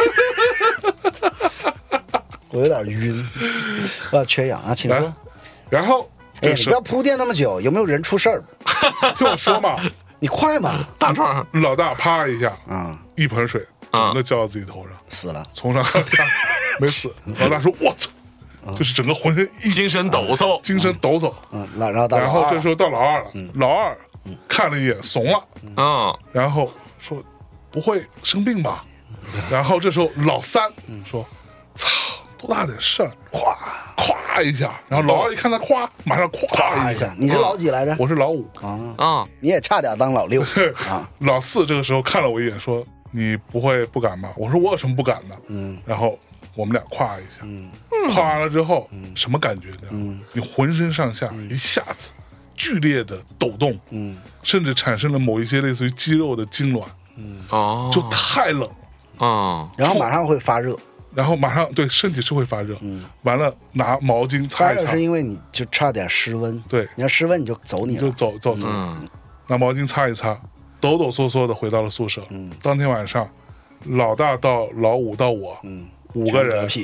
我有点晕，我要缺氧啊，请说。 然后， 哎，你不要铺垫那么久，有没有人出事儿？ 听我说嘛， 你快嘛！ 大壮， 老大啪一下啊，一盆水整个浇到自己头上， 死了， 从上到下没死。老大说：“我操！”就是整个浑身一精神抖擞， 精神抖擞。 嗯，然后然后这时候到老二了，老二看了一眼，怂了，嗯，然后说：“不会生病吧？”然后这时候老三说：“操，多大点事儿！”咵咵一下，然后老二一看他咵，马上咵一下。 你是老几来着？ 我是老五啊啊！你也差点当老六啊！ 老四这个时候看了我一眼，说：“你不会不敢吧？”我说：“我有什么不敢的？”嗯，然后。我们俩咵一下，嗯，咵完了之后，嗯，什么感觉呢？嗯，你浑身上下一下子剧烈的抖动，嗯，甚至产生了某一些类似于肌肉的痉挛，嗯，哦，就太冷， 啊， 然后马上会发热， 然后马上对身体是会发热，嗯，完了拿毛巾擦一擦， 是因为你就差点失温， 对， 你要失温你就走你了， 就走走走，嗯，拿毛巾擦一擦，抖抖嗦嗦的回到了宿舍，嗯，当天晚上，老大到老五到我，嗯。五个人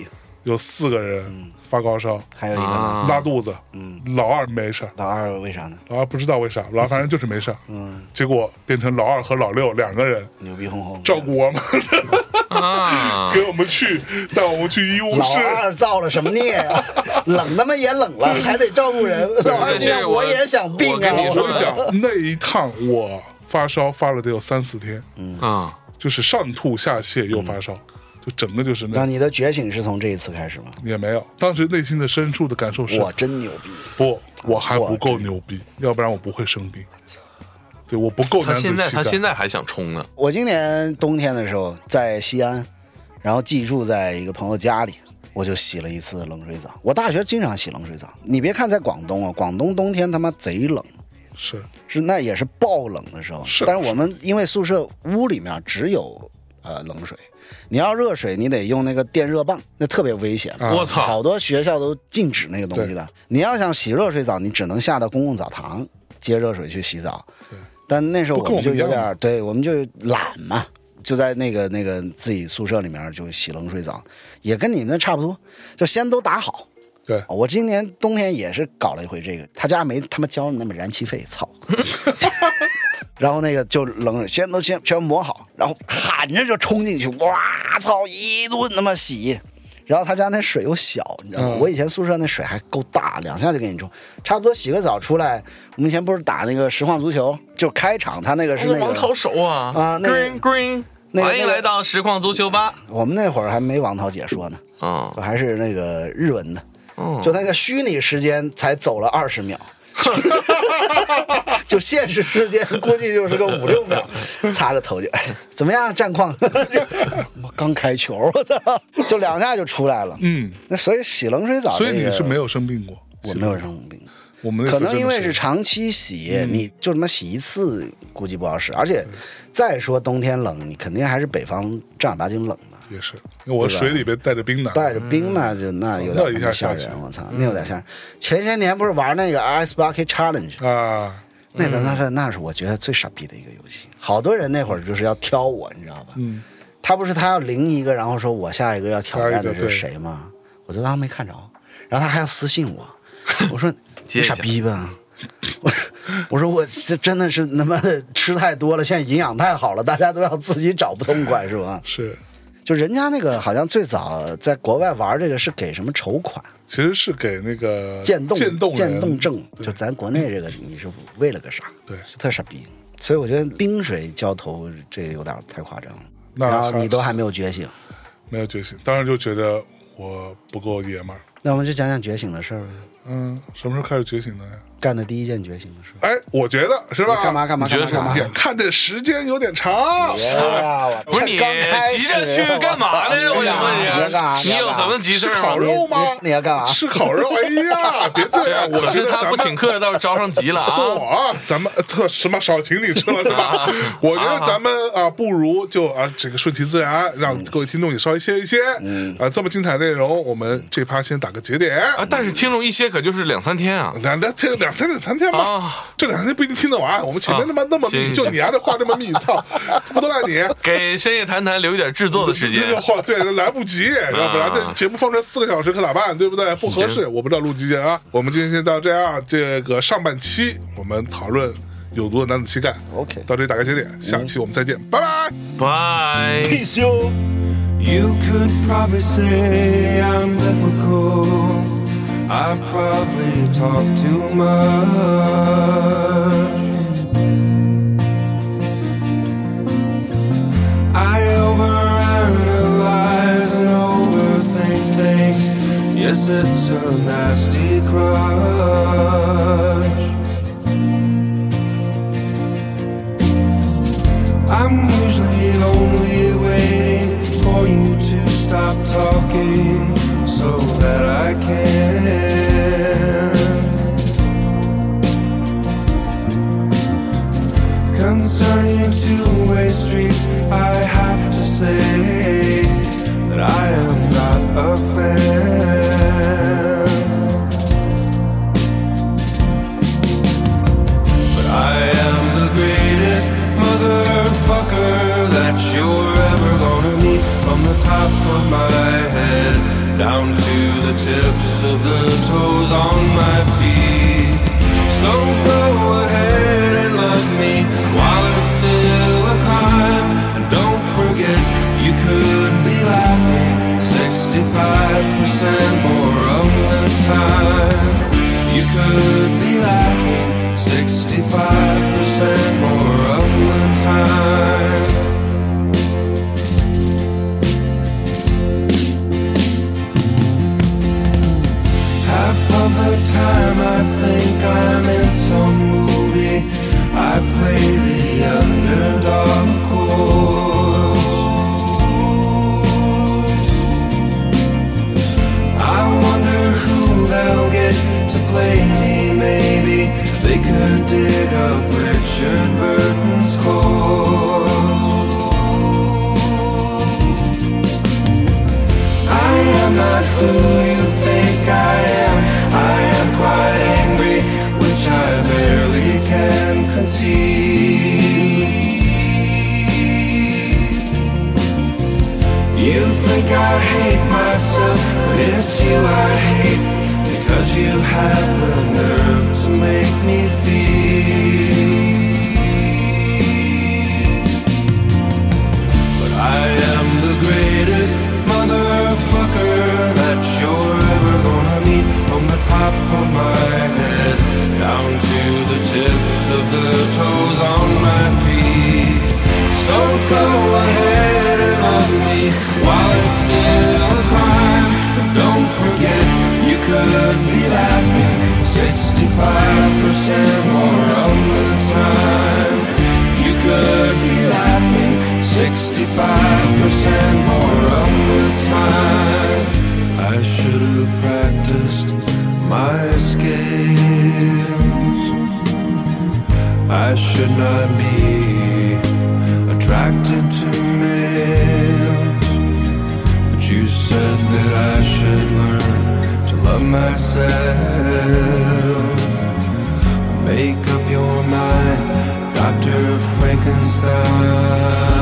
有四个人发高烧， 还有一个呢， 拉肚子。嗯，老二没事， 老二为啥呢？ 老二不知道为啥，老二反正就是没事。嗯，结果变成老二和老六两个人牛逼哄哄照顾我们，啊，给我们去带我们去医务室。 老二造了什么孽啊？冷他妈也冷了，还得照顾人。老二现在我也想病啊！ 我跟你讲，那一趟我发烧发了得有三四天。嗯啊，就是上吐下泻又发烧。嗯，就整个就是那， 那你的觉醒是从这一次开始吗？ 也没有，当时内心的深处的感受是， 我真牛逼。 不，我还不够牛逼，要不然我不会生病。对，我不够男子气概。 他现在他现在还想冲呢。 我今年冬天的时候在西安，然后寄住在一个朋友家里，我就洗了一次冷水澡。我大学经常洗冷水澡，你别看在广东啊，广东冬天他妈贼冷。 是是，那也是爆冷的时候。 是， 但是我们因为宿舍屋里面只有呃冷水。你要热水，你得用那个电热棒，那特别危险。 我操， 好多学校都禁止那个东西的。你要想洗热水澡，你只能下到公共澡堂接热水去洗澡。但那时候我们就有点，对，我们就懒嘛，就在那个那个自己宿舍里面就洗冷水澡，也跟你们差不多，就先都打好。 对， 我今年冬天也是搞了一回这个，他家没他妈交那么燃气费，操。然后那个就冷水先都先全磨好，然后喊着就冲进去，哇操，一顿他妈洗。然后他家那水又小，你知道吗？嗯、我以前宿舍那水还够大，两下就给你冲，差不多洗个澡出来。我们以前不是打那个实况足球，就开场他那个是那个王涛手啊啊，那 green green，、那个、欢迎来到实况足球吧。 我们那会儿还没王涛解说呢，啊、嗯，还是那个日文的，嗯，就那个虚拟时间才走了二十秒。就现实时间估计就是个五六秒，擦着头就怎么样战况？我刚开球，我操，就两下就出来了。嗯，那所以洗冷水澡、这个， 所以你是没有生病过？ 我没有生病。 我们可能因为是长期洗，嗯、你就他妈洗一次，估计不好使。而且再说冬天冷，你肯定还是北方正儿八经冷嘛。 也是，我水里边带着冰的， 带着冰那就那有点吓人，我操，那有点吓人。前些年不是玩那个 Ice Bucket Challenge 啊，那个那那是我觉得最傻逼的一个游戏。好多人那会儿就是要挑我，你知道吧？嗯，他不是他要零一个，然后说我下一个要挑战的是谁吗？我就当时没看着，然后他还要私信我，我说你傻逼吧。我我说我这真的是他妈的吃太多了，现在营养太好了，大家都要自己找不痛快是吧？ 是。 就人家那个好像最早在国外玩这个是给什么筹款， 其实是给那个渐冻渐冻渐冻症，就咱国内这个你是为了个啥？ 对， 特傻逼。所以我觉得冰水浇头这有点太夸张了。然后你都还没有觉醒， 没有觉醒，当时就觉得我不够爷们儿。 那我们就讲讲觉醒的事儿。 嗯，什么时候开始觉醒的呀？ 干的第一件觉醒的事。 哎，我觉得是吧？ 干嘛干嘛干嘛干嘛？ 看这时间有点长。 不是你急着去干嘛呢？我想问你，你有什么急事吗？ 吃烤肉吗？ 你要干嘛？ 吃烤肉？哎呀，别这样！我是他不请客，倒是招上急了啊！ 我咱们特什么少请你吃了是吧？我觉得咱们啊，不如就啊这个顺其自然，让各位听众也稍微歇一歇。嗯啊，这么精彩内容，我们这趴先打个节点啊！但是听众一歇可就是两三天啊， 两两天两三天三天吧。啊，这两天不一定听得完。我们前面他妈那么密，就你丫这话这么密，操，不都赖你？ 给深夜谈谈留一点制作的时间。 这个话对，来不及，要不然这节目放出来四个小时可咋办？对不对？不合适，我不知道录几集啊。我们今天先到这样，这个上半期我们讨论有毒的男子气概 ，OK， 到这里打个节点，下期我们再见，拜拜， 拜 ，peace you。 You could probably say I'm difficult. I probably talk too much. I overanalyze and overthink things. Yes, it's a nasty crutch. I'm usually only waiting for you to stop talking so that I can concerning two-way streets. I have to say that I am not a fan, but I am the greatest motherfucker that you're ever gonna meet. From the top of my head down to play the underdog chords. I wonder who they'll get to play me. Maybe they could dig up Richard Burton's chords. I am not who you think I am. I am quite angry, which I barely can conceive. You think I hate myself, but it's you I hate, because you have the nerve to make me feel. But I am the greatest motherfucker that you're ever gonna meet. From the top of my head down to the tips of the toes on my feet. So go ahead and love me while it's still a crime. But don't forget you could be laughing sixty-five percent more of the time. You could be laughing sixty-five percent more of the time. I should have practiced my skills. I should not be attracted to males. But you said that I should learn to love myself. Make up your mind, Doctor Frankenstein.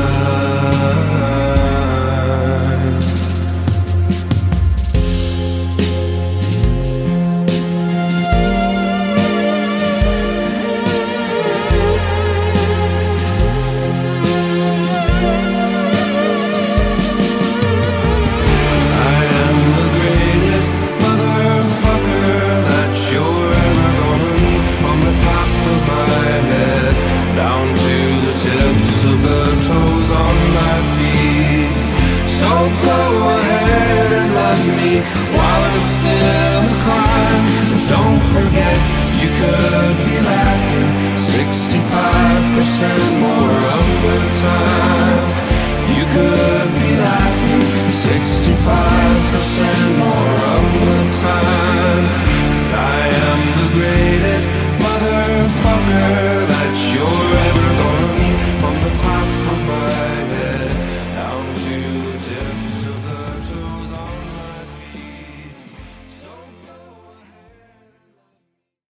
While it's still a crime, don't forget you could be laughing sixty-five percent more of the time.